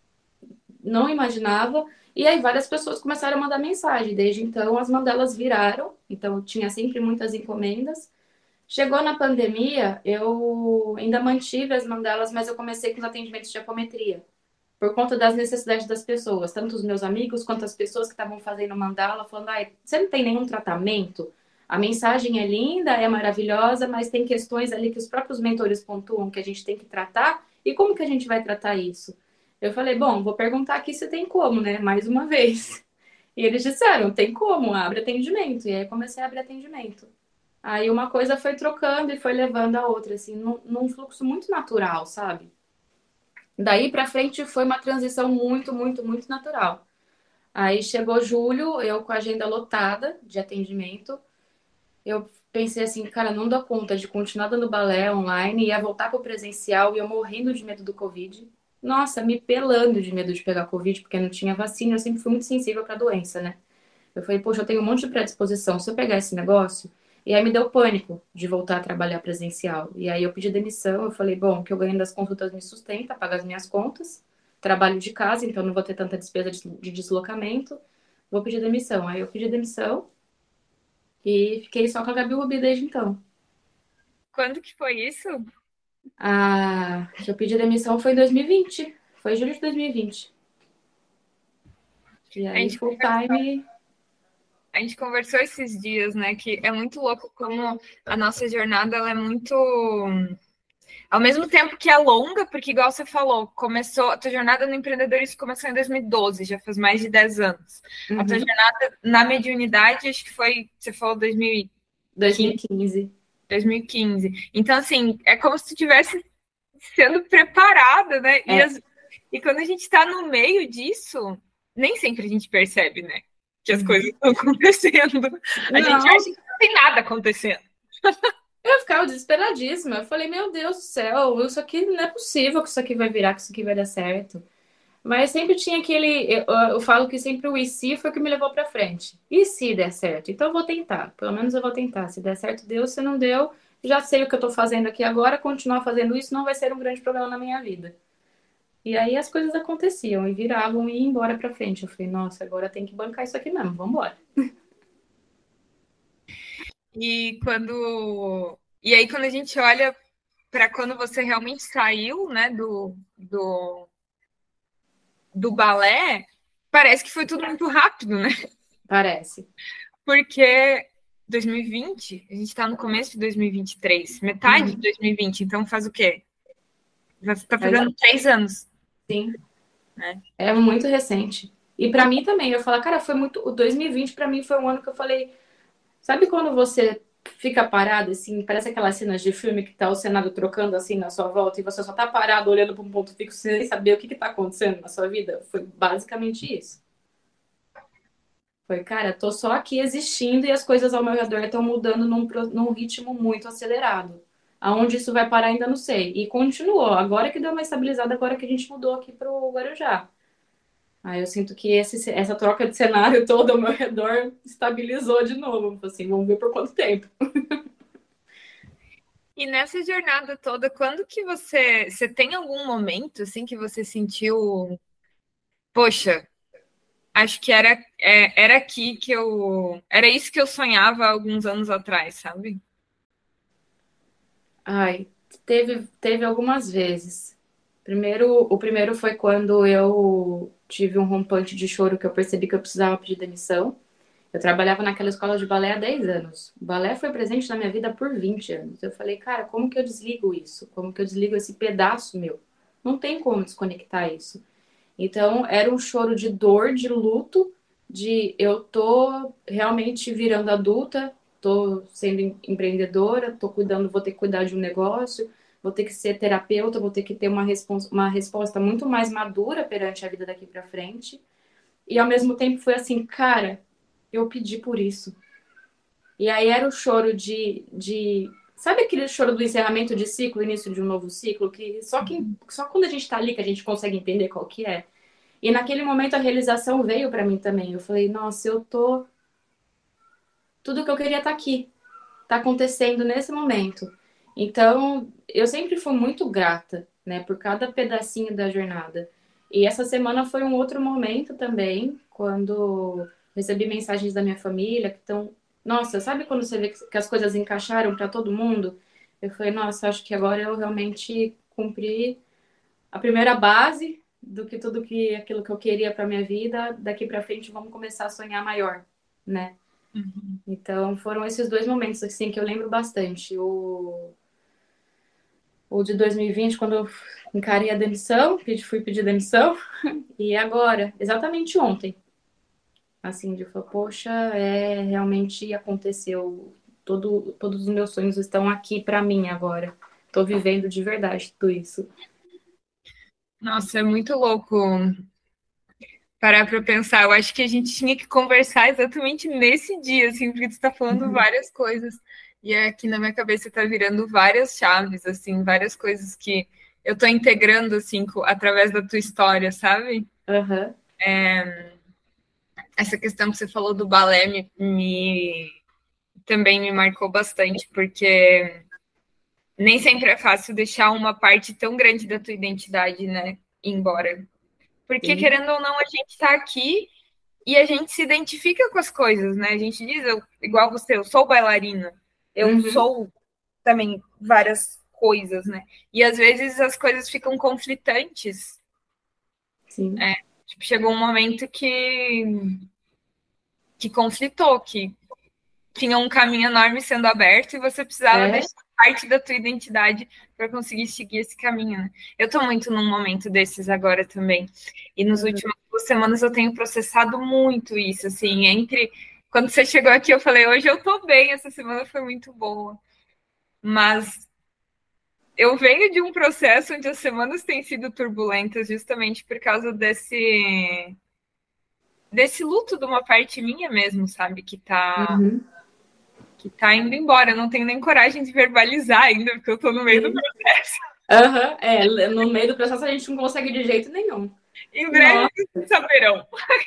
Speaker 2: não imaginava, e aí várias pessoas começaram a mandar mensagem. Desde então as mandalas viraram, então eu tinha sempre muitas encomendas. Chegou na pandemia, eu ainda mantive as mandalas, mas eu comecei com os atendimentos de apometria, por conta das necessidades das pessoas, tanto os meus amigos quanto as pessoas que estavam fazendo mandala, falando, ai, você não tem nenhum tratamento? A mensagem é linda, é maravilhosa, mas tem questões ali que os próprios mentores pontuam que a gente tem que tratar, e como que a gente vai tratar isso? Eu falei, bom, vou perguntar aqui se tem como, né? Mais uma vez. E eles disseram, tem como, abre atendimento. E aí eu comecei a abrir atendimento. Aí uma coisa foi trocando e foi levando a outra, assim, num, num fluxo muito natural, sabe? Daí pra frente foi uma transição muito, muito, muito natural. Aí chegou julho, eu com a agenda lotada de atendimento. Eu pensei assim, cara, não dou conta de continuar dando balé online, ia voltar pro presencial e eu morrendo de medo do Covid. Nossa, me pelando de medo de pegar Covid, porque não tinha vacina, eu sempre fui muito sensível pra doença, né? Eu falei, poxa, eu tenho um monte de predisposição. Se eu pegar esse negócio. E aí me deu pânico de voltar a trabalhar presencial. E aí eu pedi demissão. Eu falei, bom, o que eu ganho das consultas me sustenta, paga as minhas contas. Trabalho de casa, então não vou ter tanta despesa de deslocamento. Vou pedir demissão. Aí eu pedi demissão e fiquei só com a Gabi Rubi desde então.
Speaker 1: Quando que foi isso?
Speaker 2: Ah, eu pedi demissão foi em dois mil e vinte. Foi julho de dois mil e vinte. E
Speaker 1: A
Speaker 2: aí,
Speaker 1: gente,
Speaker 2: full time.
Speaker 1: a gente conversou esses dias, né? Que é muito louco como a nossa jornada ela é muito. Ao mesmo tempo que é longa, porque, igual você falou, começou. A tua jornada no empreendedorismo começou em dois mil e doze, já faz mais de dez anos. A tua
Speaker 2: Uhum.
Speaker 1: jornada na mediunidade, acho que foi. Você falou dois mil e quinze.
Speaker 2: dois mil e quinze.
Speaker 1: dois mil e quinze. Então, assim, é como se tu estivesse sendo preparada, né? E,
Speaker 2: É.
Speaker 1: as, e quando a gente está no meio disso, nem sempre a gente percebe, né? Que as coisas estão acontecendo. A gente
Speaker 2: Não,
Speaker 1: acha que não tem nada acontecendo.
Speaker 2: eu ficava desesperadíssima. Eu falei, meu Deus do céu, isso aqui não é possível que isso aqui vai virar, que isso aqui vai dar certo. Mas sempre tinha aquele. Eu, eu falo que sempre o e se foi o que me levou pra frente. E se der certo? Então eu vou tentar. Pelo menos eu vou tentar. Se der certo, deu. Se não deu, já sei o que eu tô fazendo aqui agora. Continuar fazendo isso não vai ser um grande problema na minha vida. E aí as coisas aconteciam e viravam e iam embora pra frente. Eu falei, nossa, agora tem que bancar isso aqui mesmo, vamos embora.
Speaker 1: E quando. E aí, quando a gente olha para quando você realmente saiu, né, do, do, do balé, parece que foi tudo muito rápido, né?
Speaker 2: Parece.
Speaker 1: Porque dois mil e vinte, a gente está no começo de dois mil e vinte e três, metade de
Speaker 2: Uhum.
Speaker 1: dois mil e vinte, então faz o quê? Já está
Speaker 2: Mas,
Speaker 1: fazendo três anos,
Speaker 2: sim,
Speaker 1: né?
Speaker 2: é muito recente. E pra mim também, eu falo, cara, foi muito. O dois mil e vinte pra mim foi um ano que eu falei, sabe quando você fica parado, assim, parece aquelas cenas de filme que tá o cenário trocando assim na sua volta e você só tá parado olhando para um ponto fixo sem saber o que que tá acontecendo na sua vida? Foi basicamente isso. Foi, cara, tô só aqui existindo e as coisas ao meu redor estão mudando num, pro- num ritmo muito acelerado. Aonde isso vai parar ainda não sei. E continuou. Agora que deu uma estabilizada, agora que a gente mudou aqui pro Guarujá. Aí eu sinto que esse, essa troca de cenário todo ao meu redor estabilizou de novo. Assim, vamos ver por quanto tempo.
Speaker 1: E nessa jornada toda, quando que você, você tem algum momento assim que você sentiu, poxa, acho que era, é, era aqui que eu, era isso que eu sonhava alguns anos atrás, sabe?
Speaker 2: Ai, teve, teve algumas vezes. Primeiro, o primeiro foi quando eu tive um rompante de choro que eu percebi que eu precisava pedir demissão. Eu trabalhava naquela escola de balé há dez anos. O balé foi presente na minha vida por vinte anos. Eu falei, cara, como que eu desligo isso? Como que eu desligo esse pedaço meu? Não tem como desconectar isso. Então, era um choro de dor, de luto, de eu tô realmente virando adulta, tô sendo empreendedora, tô cuidando, vou ter que cuidar de um negócio, vou ter que ser terapeuta, vou ter que ter uma, respons uma resposta muito mais madura perante a vida daqui para frente. E ao mesmo tempo foi assim, cara, eu pedi por isso. E aí era o choro de, de... Sabe aquele choro do encerramento de ciclo, início de um novo ciclo, que só, quem, só quando a gente tá ali que a gente consegue entender qual que é? E naquele momento a realização veio para mim também. Eu falei, nossa, eu tô. Tudo que eu queria tá aqui. Tá acontecendo nesse momento. Então, eu sempre fui muito grata, né, por cada pedacinho da jornada. E essa semana foi um outro momento também, quando recebi mensagens da minha família que estão. Nossa, sabe quando você vê que as coisas encaixaram para todo mundo? Eu falei, nossa, acho que agora eu realmente cumpri a primeira base do que tudo que aquilo que eu queria para minha vida, daqui para frente vamos começar a sonhar maior, né?
Speaker 1: Uhum.
Speaker 2: Então foram esses dois momentos assim que eu lembro bastante. O, o de dois mil e vinte, quando eu encarei a demissão, fui pedir demissão, e agora, exatamente ontem, assim, de falar, poxa, é, realmente aconteceu. Todo, todos os meus sonhos estão aqui para mim agora. Tô vivendo de verdade tudo isso.
Speaker 1: Nossa, é muito louco parar para pensar. Eu acho que a gente tinha que conversar exatamente nesse dia, assim, porque tu está falando várias coisas. E aqui na minha cabeça está virando várias chaves, assim, várias coisas que eu estou integrando, assim, através da tua história, sabe?
Speaker 2: Aham.
Speaker 1: Essa questão que você falou do balé me, me também me marcou bastante, porque nem sempre é fácil deixar uma parte tão grande da tua identidade, né, ir embora. Porque,
Speaker 2: Sim.
Speaker 1: querendo ou não, a gente está aqui e a gente se identifica com as coisas, né? A gente diz, eu, igual você, eu sou bailarina, eu
Speaker 2: Uhum.
Speaker 1: sou também várias coisas, né? E às vezes as coisas ficam conflitantes.
Speaker 2: Sim.
Speaker 1: É, tipo, chegou um momento que, que conflitou, que tinha um caminho enorme sendo aberto e você precisava
Speaker 2: É.
Speaker 1: deixar parte da tua identidade para conseguir seguir esse caminho. Né? Eu estou muito num momento desses agora também. E nos
Speaker 2: Uhum.
Speaker 1: últimas duas semanas eu tenho processado muito isso, assim, entre quando você chegou aqui eu falei, hoje eu estou bem, essa semana foi muito boa. Mas eu venho de um processo onde as semanas têm sido turbulentas justamente por causa desse desse luto de uma parte minha mesmo, sabe, que tá
Speaker 2: Uhum.
Speaker 1: que tá indo embora. Eu não tenho nem coragem de verbalizar ainda, porque eu tô no meio do
Speaker 2: Sim.
Speaker 1: processo.
Speaker 2: Aham. É, no meio do processo a gente não consegue de jeito nenhum.
Speaker 1: Em breve
Speaker 2: Nossa.
Speaker 1: vocês saberão.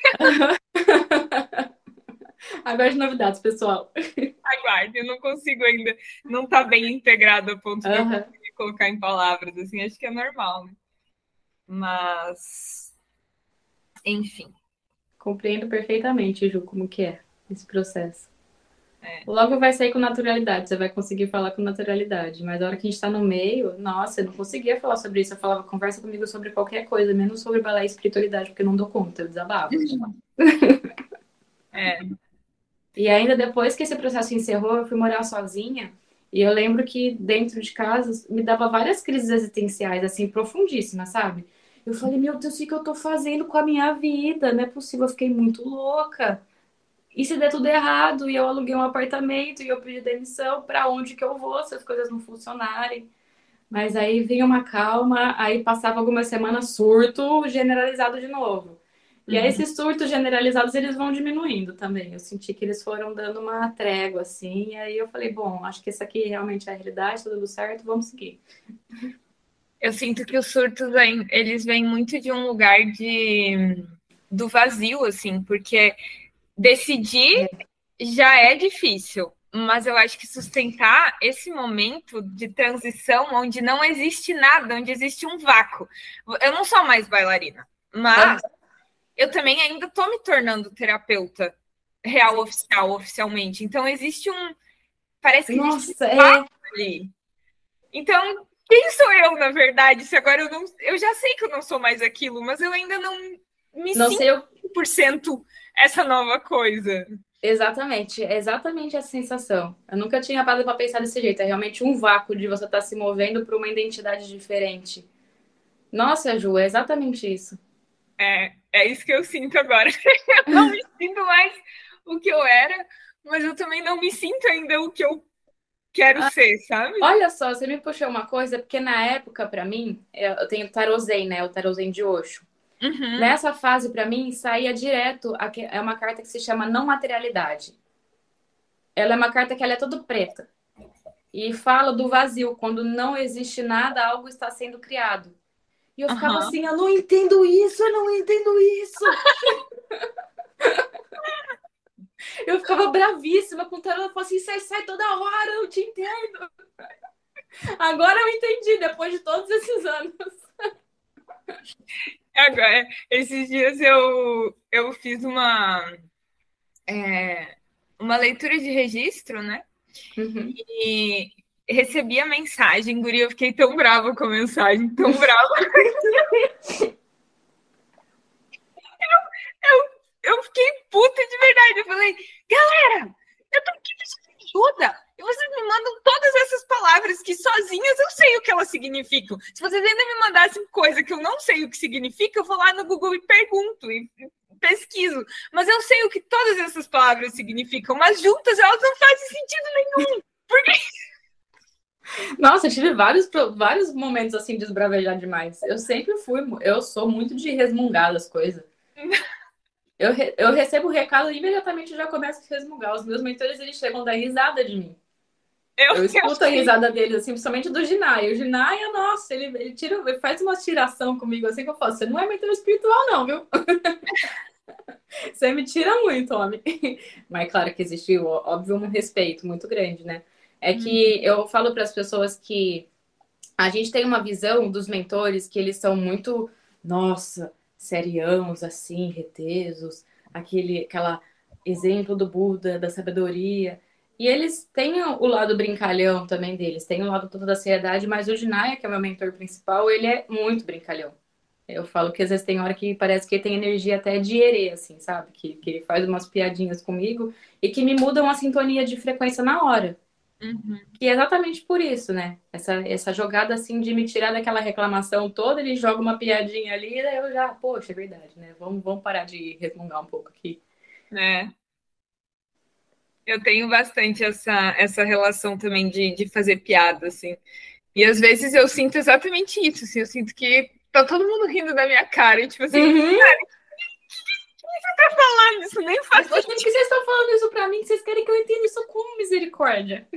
Speaker 2: Aguarde novidades, pessoal.
Speaker 1: Aguarde, eu não consigo ainda, não tá bem integrado a ponto de eu
Speaker 2: Aham.
Speaker 1: conseguir colocar em palavras, assim, acho que é normal, né? Mas, enfim.
Speaker 2: Compreendo perfeitamente, Ju, como que é esse processo.
Speaker 1: É.
Speaker 2: Logo vai sair com naturalidade, você vai conseguir falar com naturalidade. Mas a hora que a gente tá no meio, nossa, eu não conseguia falar sobre isso. Eu falava, conversa comigo sobre qualquer coisa, menos sobre balé e espiritualidade, porque eu não dou conta, eu desabavo.
Speaker 1: É.
Speaker 2: E ainda depois que esse processo encerrou, eu fui morar sozinha. E eu lembro que dentro de casa me dava várias crises existenciais, assim, profundíssimas, sabe? Eu falei, meu Deus, o que eu tô fazendo com a minha vida? Não é possível, eu fiquei muito louca. E se der tudo errado, e eu aluguei um apartamento e eu pedi demissão, para onde que eu vou se as coisas não funcionarem? Mas aí vinha uma calma, aí passava algumas semanas surto generalizado de novo. E aí
Speaker 1: Uhum.
Speaker 2: esses surtos generalizados eles vão diminuindo também. Eu senti que eles foram dando uma trégua assim, e aí eu falei, bom, acho que isso aqui realmente é a realidade, tá tudo certo, vamos seguir.
Speaker 1: Eu sinto que os surtos vêm, eles vêm muito de um lugar de do vazio, assim, porque decidir já é difícil, mas eu acho que sustentar esse momento de transição onde não existe nada, onde existe um vácuo. Eu não sou mais bailarina, mas eu também ainda estou me tornando terapeuta real, oficial, oficialmente. Então existe um. Parece que
Speaker 2: Nossa,
Speaker 1: existe um
Speaker 2: é.
Speaker 1: vácuo ali. Então, quem sou eu, na verdade? Se agora eu não. Eu já sei que eu não sou mais aquilo, mas eu ainda não me
Speaker 2: Não
Speaker 1: sinto
Speaker 2: sei eu.
Speaker 1: cem por cento essa nova coisa.
Speaker 2: Exatamente, é exatamente essa sensação. Eu nunca tinha parado para pensar desse jeito. É realmente um vácuo de você estar se movendo para uma identidade diferente. Nossa, Ju, é exatamente isso.
Speaker 1: É, é isso que eu sinto agora. Eu não me sinto mais o que eu era, mas eu também não me sinto ainda o que eu quero
Speaker 2: Ah,
Speaker 1: ser, sabe?
Speaker 2: olha só, você me puxou uma coisa, porque na época, para mim, eu tenho Tarot-Zen, né? O Tarot-Zen de Osho.
Speaker 1: Uhum.
Speaker 2: Nessa fase, para mim, saía direto. É uma carta que se chama Não Materialidade. Ela é uma carta que ela é toda preta. E fala do vazio, quando não existe nada, algo está sendo criado. E eu ficava
Speaker 1: Uhum.
Speaker 2: assim, eu não entendo isso, eu não entendo isso. Eu ficava bravíssima com o tarô, eu falava assim, sai, sai toda hora, eu te entendo. Agora eu entendi, depois de todos esses anos.
Speaker 1: Agora, esses dias eu, eu fiz uma, é, uma leitura de registro, né?
Speaker 2: Uhum.
Speaker 1: E recebi a mensagem, Guri, eu fiquei tão brava com a mensagem, tão brava. Eu, eu fiquei puta de verdade. Eu falei, galera, eu tô aqui precisando de ajuda. E vocês me mandam todas essas palavras que sozinhas eu sei o que elas significam. Se vocês ainda me mandassem coisa que eu não sei o que significa, eu vou lá no Google e pergunto e pesquiso. Mas eu sei o que todas essas palavras significam, mas juntas elas não fazem sentido nenhum. Por quê?
Speaker 2: Nossa, eu tive vários, vários momentos assim de esbravejar demais. Eu sempre fui, eu sou muito de resmungar as coisas. Eu, re, eu recebo o recado e imediatamente já começo a resmungar. Os meus mentores, eles chegam a dar risada de mim.
Speaker 1: Eu,
Speaker 2: Eu
Speaker 1: eu
Speaker 2: escuto a risada deles, assim, principalmente do Jinai. O Jinai, nossa, ele, ele, tira, ele faz uma tiração comigo, assim, que eu falo, você não é mentor espiritual, não, viu? Você me tira muito, homem. Mas claro que existe, óbvio, um respeito muito grande, né? É que eu falo para as pessoas que a gente tem uma visão dos mentores que eles são muito, nossa, seriãos, assim, retesos, aquele aquela exemplo do Buda, da sabedoria. E eles têm o lado brincalhão também deles, tem o lado todo da seriedade, mas o Jinaya, que é o meu mentor principal, ele é muito brincalhão. Eu falo que às vezes tem hora que parece que ele tem energia até de herê, assim, sabe? Que, que ele faz umas piadinhas comigo e que me mudam a sintonia de frequência na hora.
Speaker 1: Uhum.
Speaker 2: E é exatamente por isso, né? Essa, essa jogada assim de me tirar daquela reclamação toda, ele joga uma piadinha ali, daí eu já, poxa, é verdade, né? Vamos, vamos parar de resmungar um pouco aqui.
Speaker 1: É. Eu tenho bastante essa, essa relação também de, de fazer piada, assim. E às vezes eu sinto exatamente isso, assim, eu sinto que tá todo mundo rindo da minha cara, e tipo assim,
Speaker 2: Uhum.
Speaker 1: cara, o que você tá falando? Isso nem faz
Speaker 2: Por que
Speaker 1: sentido.
Speaker 2: vocês estão falando isso pra mim? Vocês querem que eu entenda isso com misericórdia?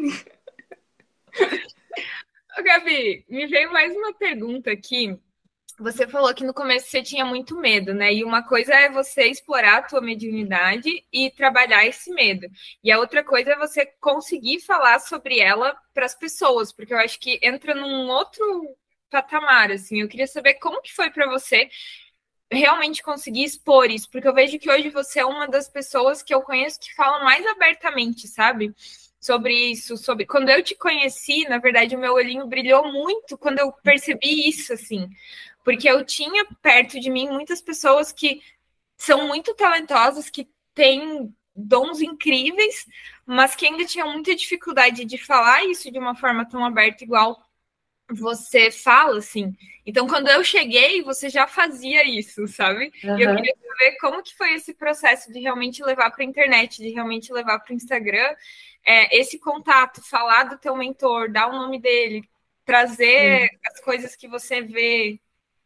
Speaker 1: Ô, Gabi, me veio mais uma pergunta aqui. Você falou que no começo você tinha muito medo, né? E uma coisa é você explorar a tua mediunidade e trabalhar esse medo. E a outra coisa é você conseguir falar sobre ela para as pessoas, porque eu acho que entra num outro patamar, assim. Eu queria saber como que foi para você realmente conseguir expor isso, porque eu vejo que hoje você é uma das pessoas que eu conheço que fala mais abertamente, sabe? Sobre isso, sobre quando eu te conheci, na verdade, o meu olhinho brilhou muito quando eu percebi isso, assim, porque eu tinha perto de mim muitas pessoas que são muito talentosas, que têm dons incríveis, mas que ainda tinham muita dificuldade de falar isso de uma forma tão aberta, igual você fala, assim. Então, quando eu cheguei, você já fazia isso, sabe? E eu
Speaker 2: Aham.
Speaker 1: queria saber como que foi esse processo de realmente levar para a internet, de realmente levar para o Instagram, é, esse contato, falar do teu mentor, dar o nome dele, trazer
Speaker 2: Sim.
Speaker 1: as coisas que você vê.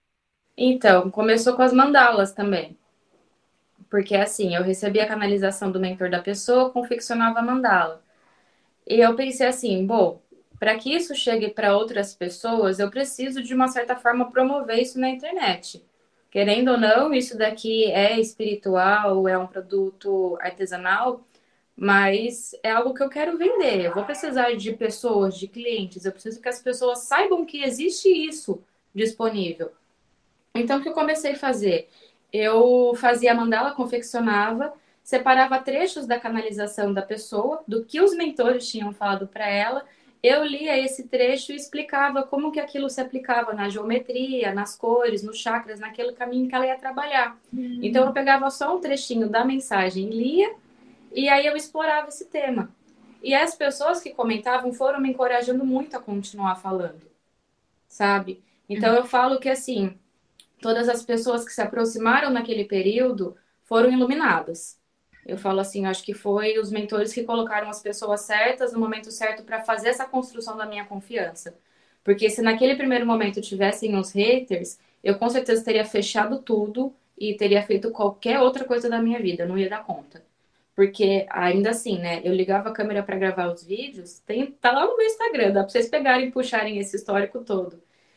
Speaker 2: Então, começou com as mandalas também. Porque assim, eu recebi a canalização do mentor da pessoa, confeccionava a mandala. E eu pensei assim, bom, para que isso chegue para outras pessoas, eu preciso de uma certa forma promover isso na internet. Querendo ou não, isso daqui é espiritual, é um produto artesanal, mas é algo que eu quero vender. Eu vou precisar de pessoas, de clientes, eu preciso que as pessoas saibam que existe isso disponível. Então, o que eu comecei a fazer? Eu fazia a mandala, confeccionava, separava trechos da canalização da pessoa, do que os mentores tinham falado para ela. Eu lia esse trecho e explicava como que aquilo se aplicava na geometria, nas cores, nos chakras, naquele caminho que ela ia trabalhar. Então, eu
Speaker 1: Hum,
Speaker 2: pegava só um trechinho da mensagem, lia, e aí eu explorava esse tema. E as pessoas que comentavam foram me encorajando muito a continuar falando, sabe? Então, eu falo que assim todas as pessoas que se aproximaram naquele período foram iluminadas. Eu falo assim, acho que foi os mentores que colocaram as pessoas certas no momento certo para fazer essa construção da minha confiança. Porque se naquele primeiro momento tivessem os haters, eu com certeza teria fechado tudo e teria feito qualquer outra coisa da minha vida, eu não ia dar conta. Porque ainda assim, né, eu ligava a câmera para gravar os vídeos, tem, tá lá no meu Instagram, dá para vocês pegarem e puxarem esse histórico todo.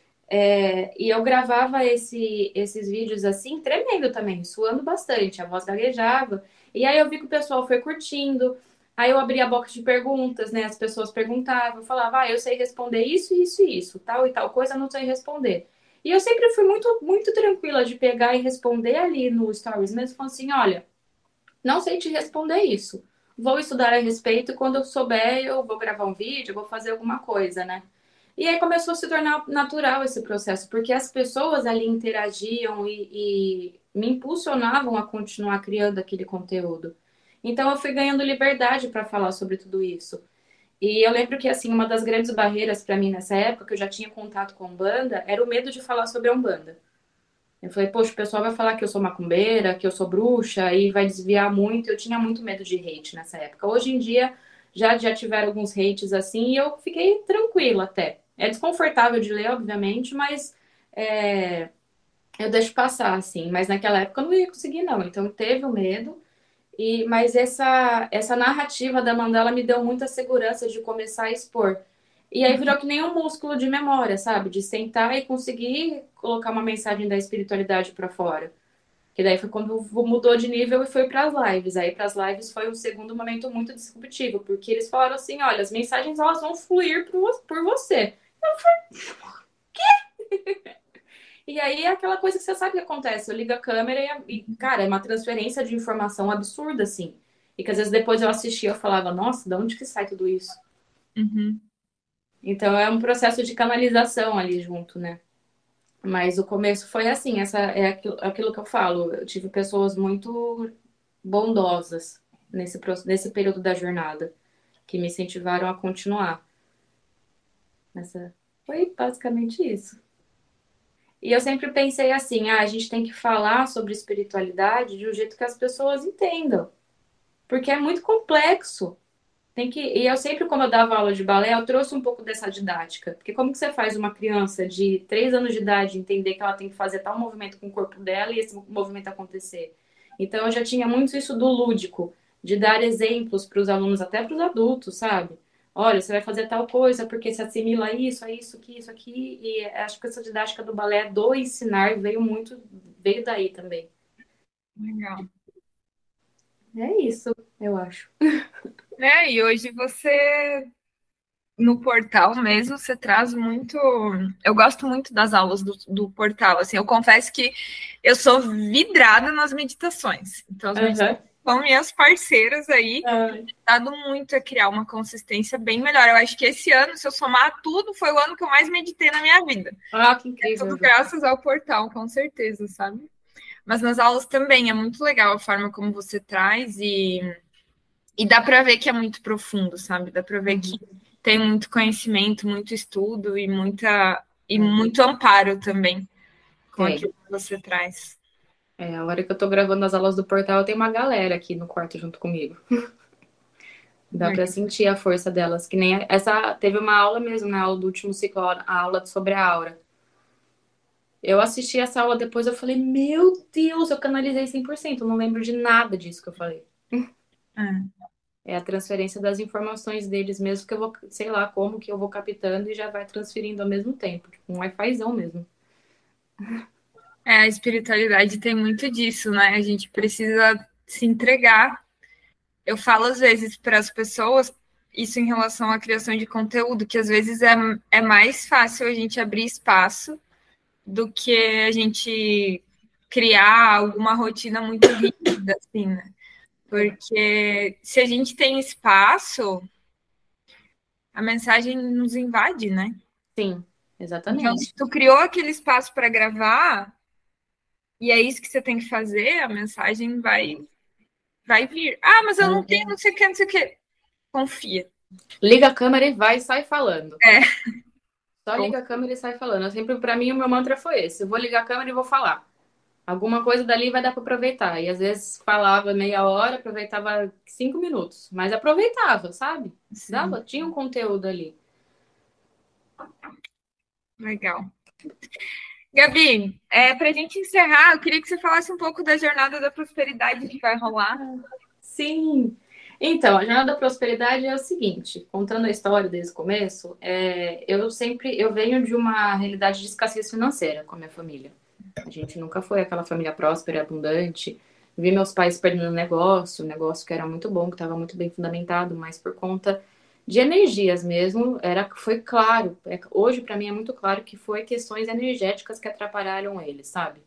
Speaker 2: É, e eu gravava esse, esses vídeos assim, tremendo também, suando bastante, a voz gaguejava. E aí eu vi que o pessoal foi curtindo. Aí eu abri a boca de perguntas, né? As pessoas perguntavam, eu falava, ah, eu sei responder isso, isso e isso, tal e tal coisa, eu não sei responder. E eu sempre fui muito, muito tranquila de pegar e responder ali no Stories mesmo, falando assim, olha, não sei te responder isso. Vou estudar a respeito e quando eu souber, eu vou gravar um vídeo, vou fazer alguma coisa, né? E aí começou a se tornar natural esse processo, porque as pessoas ali interagiam e, e me impulsionavam a continuar criando aquele conteúdo. Então eu fui ganhando liberdade para falar sobre tudo isso. E eu lembro que assim, uma das grandes barreiras para mim nessa época, que eu já tinha contato com Umbanda, era o medo de falar sobre a Umbanda. Eu falei, poxa, o pessoal vai falar que eu sou macumbeira, que eu sou bruxa, e vai desviar muito. Eu tinha muito medo de hate nessa época. Hoje em dia, já, já tiveram alguns hates assim, e eu fiquei tranquila até. É desconfortável de ler, obviamente, mas é, eu deixo passar, assim. Mas naquela época eu não ia conseguir, não. Então teve o medo. E, mas essa, essa narrativa da mandala me deu muita segurança de começar a expor. E aí virou que nem um músculo de memória, sabe? De sentar e conseguir colocar uma mensagem da espiritualidade para fora. Que daí foi quando mudou de nível e foi para as lives. Aí para as lives foi um segundo momento muito disruptivo, porque eles falaram assim: olha, as mensagens elas vão fluir por, por você. E aí é aquela coisa que você sabe que acontece. Eu ligo a câmera e, e, cara, é uma transferência de informação absurda, assim. E que às vezes depois eu assistia e eu falava, nossa, de onde que sai tudo isso?
Speaker 1: uhum.
Speaker 2: Então é um processo de canalização ali junto, né? Mas o começo foi assim, essa é aquilo, aquilo que eu falo. Eu tive pessoas muito bondosas nesse, nesse período da jornada, que me incentivaram a continuar. Nessa... Foi basicamente isso. E eu sempre pensei assim, ah, a gente tem que falar sobre espiritualidade de um jeito que as pessoas entendam, porque é muito complexo. Tem que, e eu sempre, como eu dava aula de balé, eu trouxe um pouco dessa didática. Porque como que você faz uma criança de três anos de idade entender que ela tem que fazer tal movimento com o corpo dela e esse movimento acontecer? Então eu já tinha muito isso do lúdico, de dar exemplos para os alunos, até para os adultos, sabe? Olha, você vai fazer tal coisa porque se assimila a isso, a isso, aqui, isso aqui. E acho que essa didática do balé, do ensinar, veio muito, veio daí também.
Speaker 1: Legal.
Speaker 2: É isso, eu acho.
Speaker 1: Né? E hoje você no portal mesmo, você traz muito. Eu gosto muito das aulas do, do portal. Assim, eu confesso que eu sou vidrada nas meditações. Então, as meditações
Speaker 2: Aham.
Speaker 1: são minhas parceiras aí,
Speaker 2: Ai.
Speaker 1: dado muito a criar uma consistência bem melhor. Eu acho que esse ano, se eu somar tudo, foi o ano que eu mais meditei na minha vida.
Speaker 2: Ah, que
Speaker 1: É
Speaker 2: incrível,
Speaker 1: tudo
Speaker 2: Ju.
Speaker 1: graças ao portal, com certeza, sabe? Mas nas aulas também é muito legal a forma como você traz e, e dá para ver que é muito profundo, sabe? Dá para ver que
Speaker 2: Uhum.
Speaker 1: tem muito conhecimento, muito estudo e muita e
Speaker 2: É,
Speaker 1: muito amparo também com
Speaker 2: tem.
Speaker 1: aquilo que você traz.
Speaker 2: É, a hora que eu tô gravando as aulas do portal, tem uma galera aqui no quarto junto comigo. Dá pra sentir a força delas. Que nem essa. Teve uma aula mesmo, na aula do último ciclo, a aula sobre a aura. Eu assisti essa aula depois, eu falei, meu Deus, eu canalizei cem por cento. Eu não lembro de nada disso que eu falei.
Speaker 1: É.
Speaker 2: É a transferência das informações deles mesmo, que eu vou, sei lá como que eu vou captando e já vai transferindo ao mesmo tempo. Tipo, um Wi-Fizão mesmo.
Speaker 1: É, a espiritualidade tem muito disso, né? A gente precisa se entregar. Eu falo às vezes para as pessoas isso em relação à criação de conteúdo, que às vezes é, é mais fácil a gente abrir espaço do que a gente criar alguma rotina muito rígida, assim, né? Porque se a gente tem espaço, a mensagem nos invade, né?
Speaker 2: Sim,
Speaker 1: Então, se
Speaker 2: exatamente.
Speaker 1: tu criou aquele espaço para gravar, e é isso que você tem que fazer, a mensagem vai, vai vir. Ah, mas eu não tenho não sei o que, não sei o que. Confia.
Speaker 2: Liga a câmera e vai e sai falando.
Speaker 1: É,
Speaker 2: Só liga a câmera e sai falando. Eu sempre, pra mim, o meu mantra foi esse. Eu vou ligar a câmera e vou falar. Alguma coisa dali vai dar pra aproveitar. E às vezes falava meia hora, aproveitava cinco minutos. Mas aproveitava, sabe?
Speaker 1: sim,
Speaker 2: Dava, tinha um conteúdo ali.
Speaker 1: legal. Gabi, é, para a gente encerrar, eu queria que você falasse um pouco da jornada da prosperidade que vai rolar.
Speaker 2: Sim. Então, a jornada da prosperidade é o seguinte, contando a história desde o começo, é, eu sempre, eu venho de uma realidade de escassez financeira com a minha família. A gente nunca foi aquela família próspera, abundante. Vi meus pais perdendo negócio, um negócio que era muito bom, que estava muito bem fundamentado, mas por conta de energias mesmo, era, foi claro. É, hoje, para mim, é muito claro que foi questões energéticas que atrapalharam eles, sabe?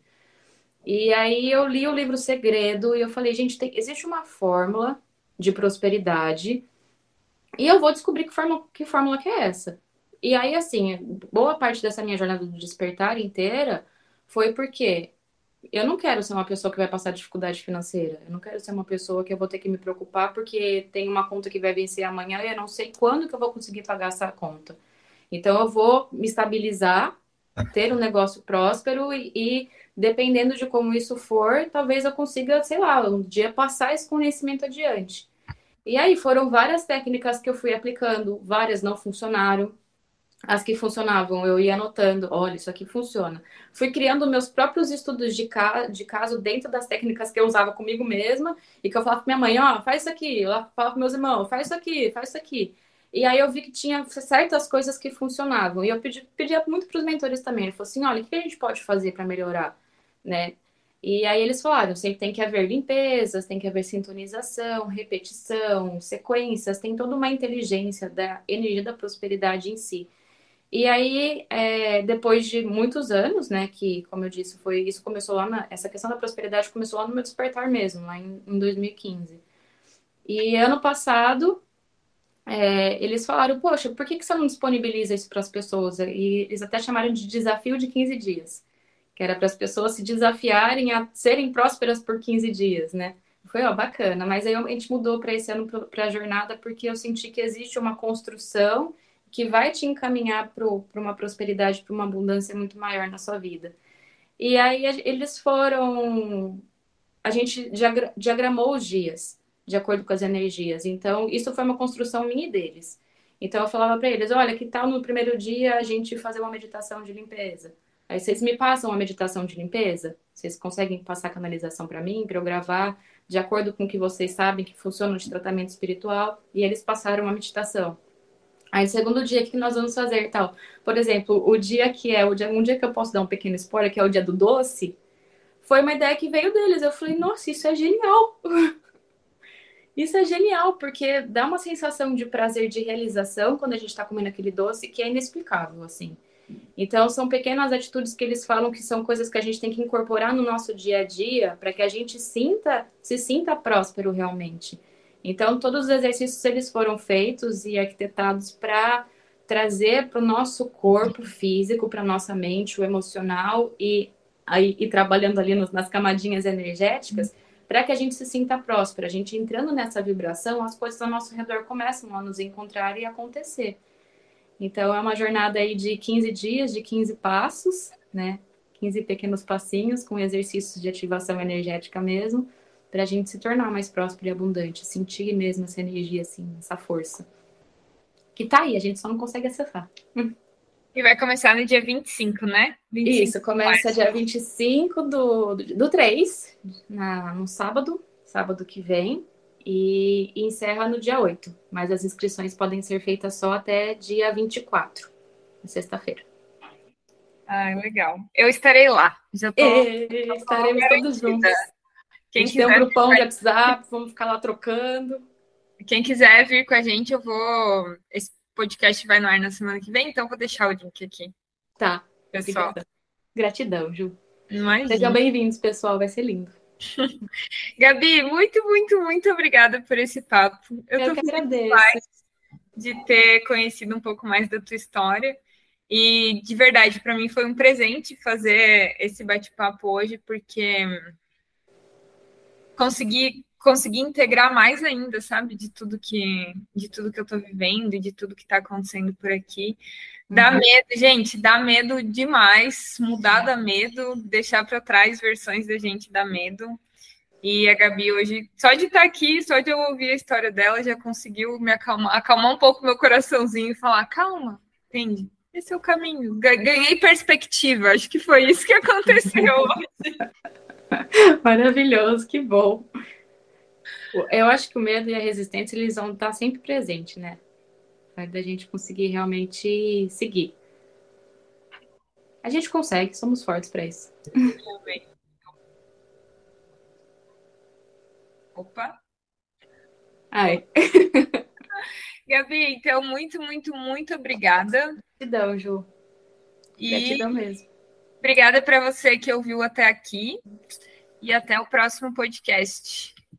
Speaker 2: E aí eu li o livro Segredo e eu falei, gente, tem, existe uma fórmula de prosperidade e eu vou descobrir que fórmula, que fórmula que é essa. E aí, assim, boa parte dessa minha jornada do despertar inteira foi porque eu não quero ser uma pessoa que vai passar dificuldade financeira. Eu não quero ser uma pessoa que eu vou ter que me preocupar porque tem uma conta que vai vencer amanhã e eu não sei quando que eu vou conseguir pagar essa conta. Então eu vou me estabilizar, ter um negócio próspero e, e dependendo de como isso for, talvez eu consiga, sei lá, um dia passar esse conhecimento adiante. E aí foram várias técnicas que eu fui aplicando, várias não funcionaram. As que funcionavam, eu ia anotando, olha, isso aqui funciona. Fui criando meus próprios estudos de, ca de caso dentro das técnicas que eu usava comigo mesma e que eu falava pra minha mãe, ó, oh, faz isso aqui. Eu falava pros meus irmãos, faz isso aqui, faz isso aqui. E aí eu vi que tinha certas coisas que funcionavam. E eu pedi, pedia muito pros mentores também. Ele falou assim, olha, o que a gente pode fazer para melhorar, né? E aí eles falaram, sempre tem que haver limpezas, tem que haver sintonização, repetição, sequências, tem toda uma inteligência da energia da prosperidade em si. E aí, é, depois de muitos anos, né, que, como eu disse, foi isso começou lá na, essa questão da prosperidade começou lá no meu despertar mesmo, lá em, em dois mil e quinze. E ano passado, é, eles falaram, poxa, por que que você não disponibiliza isso para as pessoas? E eles até chamaram de desafio de quinze dias, que era para as pessoas se desafiarem a serem prósperas por quinze dias, né? Foi, ó, bacana, mas aí a gente mudou para esse ano para a jornada porque eu senti que existe uma construção que vai te encaminhar para uma prosperidade, para uma abundância muito maior na sua vida. E aí eles foram. A gente diagra diagramou os dias de acordo com as energias. Então, isso foi uma construção minha e deles. Então, eu falava para eles: olha, que tal no primeiro dia a gente fazer uma meditação de limpeza? Aí vocês me passam uma meditação de limpeza? Vocês conseguem passar canalização para mim, para eu gravar, de acordo com o que vocês sabem que funciona de tratamento espiritual? E eles passaram uma meditação. Aí, segundo dia, o que nós vamos fazer e tal? Por exemplo, o dia que é o dia, um dia que eu posso dar um pequeno spoiler, que é o dia do doce, foi uma ideia que veio deles. Eu falei, nossa, isso é genial! Isso é genial, porque dá uma sensação de prazer, de realização quando a gente está comendo aquele doce que é inexplicável, assim. Então, são pequenas atitudes que eles falam que são coisas que a gente tem que incorporar no nosso dia a dia para que a gente sinta, se sinta próspero realmente. Então, todos os exercícios eles foram feitos e arquitetados para trazer para o nosso corpo físico, para nossa mente, o emocional e aí e trabalhando ali nos, nas camadinhas energéticas para que a gente se sinta próspero. A gente entrando nessa vibração, as coisas ao nosso redor começam a nos encontrar e acontecer. Então, é uma jornada aí de quinze dias, de quinze passos, né? quinze pequenos passinhos com exercícios de ativação energética mesmo, para a gente se tornar mais próspero e abundante, sentir mesmo essa energia, assim, essa força. Que tá aí, a gente só não consegue acessar.
Speaker 1: E vai começar no dia vinte e cinco, né? vinte e cinco
Speaker 2: Isso, começa dia vinte e cinco do, do três, na, no sábado, sábado que vem, e, e encerra no dia oito. Mas as inscrições podem ser feitas só até dia vinte e quatro, sexta-feira.
Speaker 1: Ah, legal. Eu estarei lá. Já tô,
Speaker 2: E,
Speaker 1: já tô
Speaker 2: estaremos
Speaker 1: garantida.
Speaker 2: todos juntos.
Speaker 1: Quem
Speaker 2: a gente tem um
Speaker 1: quiser,
Speaker 2: grupão de WhatsApp, vamos ficar lá trocando.
Speaker 1: quem quiser vir com a gente, eu vou. Esse podcast vai no ar na semana que vem, então eu vou deixar o link aqui.
Speaker 2: Tá.
Speaker 1: Pessoal.
Speaker 2: Gratidão, Ju.
Speaker 1: Imagina.
Speaker 2: Sejam bem-vindos, pessoal. Vai ser lindo.
Speaker 1: Gabi, muito, muito, muito obrigada por esse papo. Eu,
Speaker 2: Eu
Speaker 1: tô
Speaker 2: que
Speaker 1: feliz
Speaker 2: agradeço.
Speaker 1: de ter conhecido um pouco mais da tua história. E, de verdade, para mim foi um presente fazer esse bate-papo hoje, porque consegui, consegui integrar mais ainda, sabe, de tudo que, de tudo que eu tô vivendo, de tudo que tá acontecendo por aqui. Dá
Speaker 2: Uhum.
Speaker 1: medo, gente, dá medo demais. Mudar dá medo, deixar para trás versões da gente dá medo. E a Gabi hoje, só de estar aqui, só de eu ouvir a história dela, já conseguiu me acalmar, acalmar um pouco meu coraçãozinho e falar, calma, entende? Esse é o caminho. Ganhei perspectiva, acho que foi isso que aconteceu hoje.
Speaker 2: Maravilhoso, que bom. Eu acho que o medo e a resistência, eles vão estar sempre presentes, né? Para da gente conseguir realmente seguir. A gente consegue, somos fortes para isso.
Speaker 1: Opa.
Speaker 2: Ai.
Speaker 1: Gabi, então, muito, muito, muito obrigada.
Speaker 2: Gratidão, Ju.
Speaker 1: E
Speaker 2: Gratidão mesmo.
Speaker 1: Obrigada para você que ouviu até aqui. E até o próximo podcast.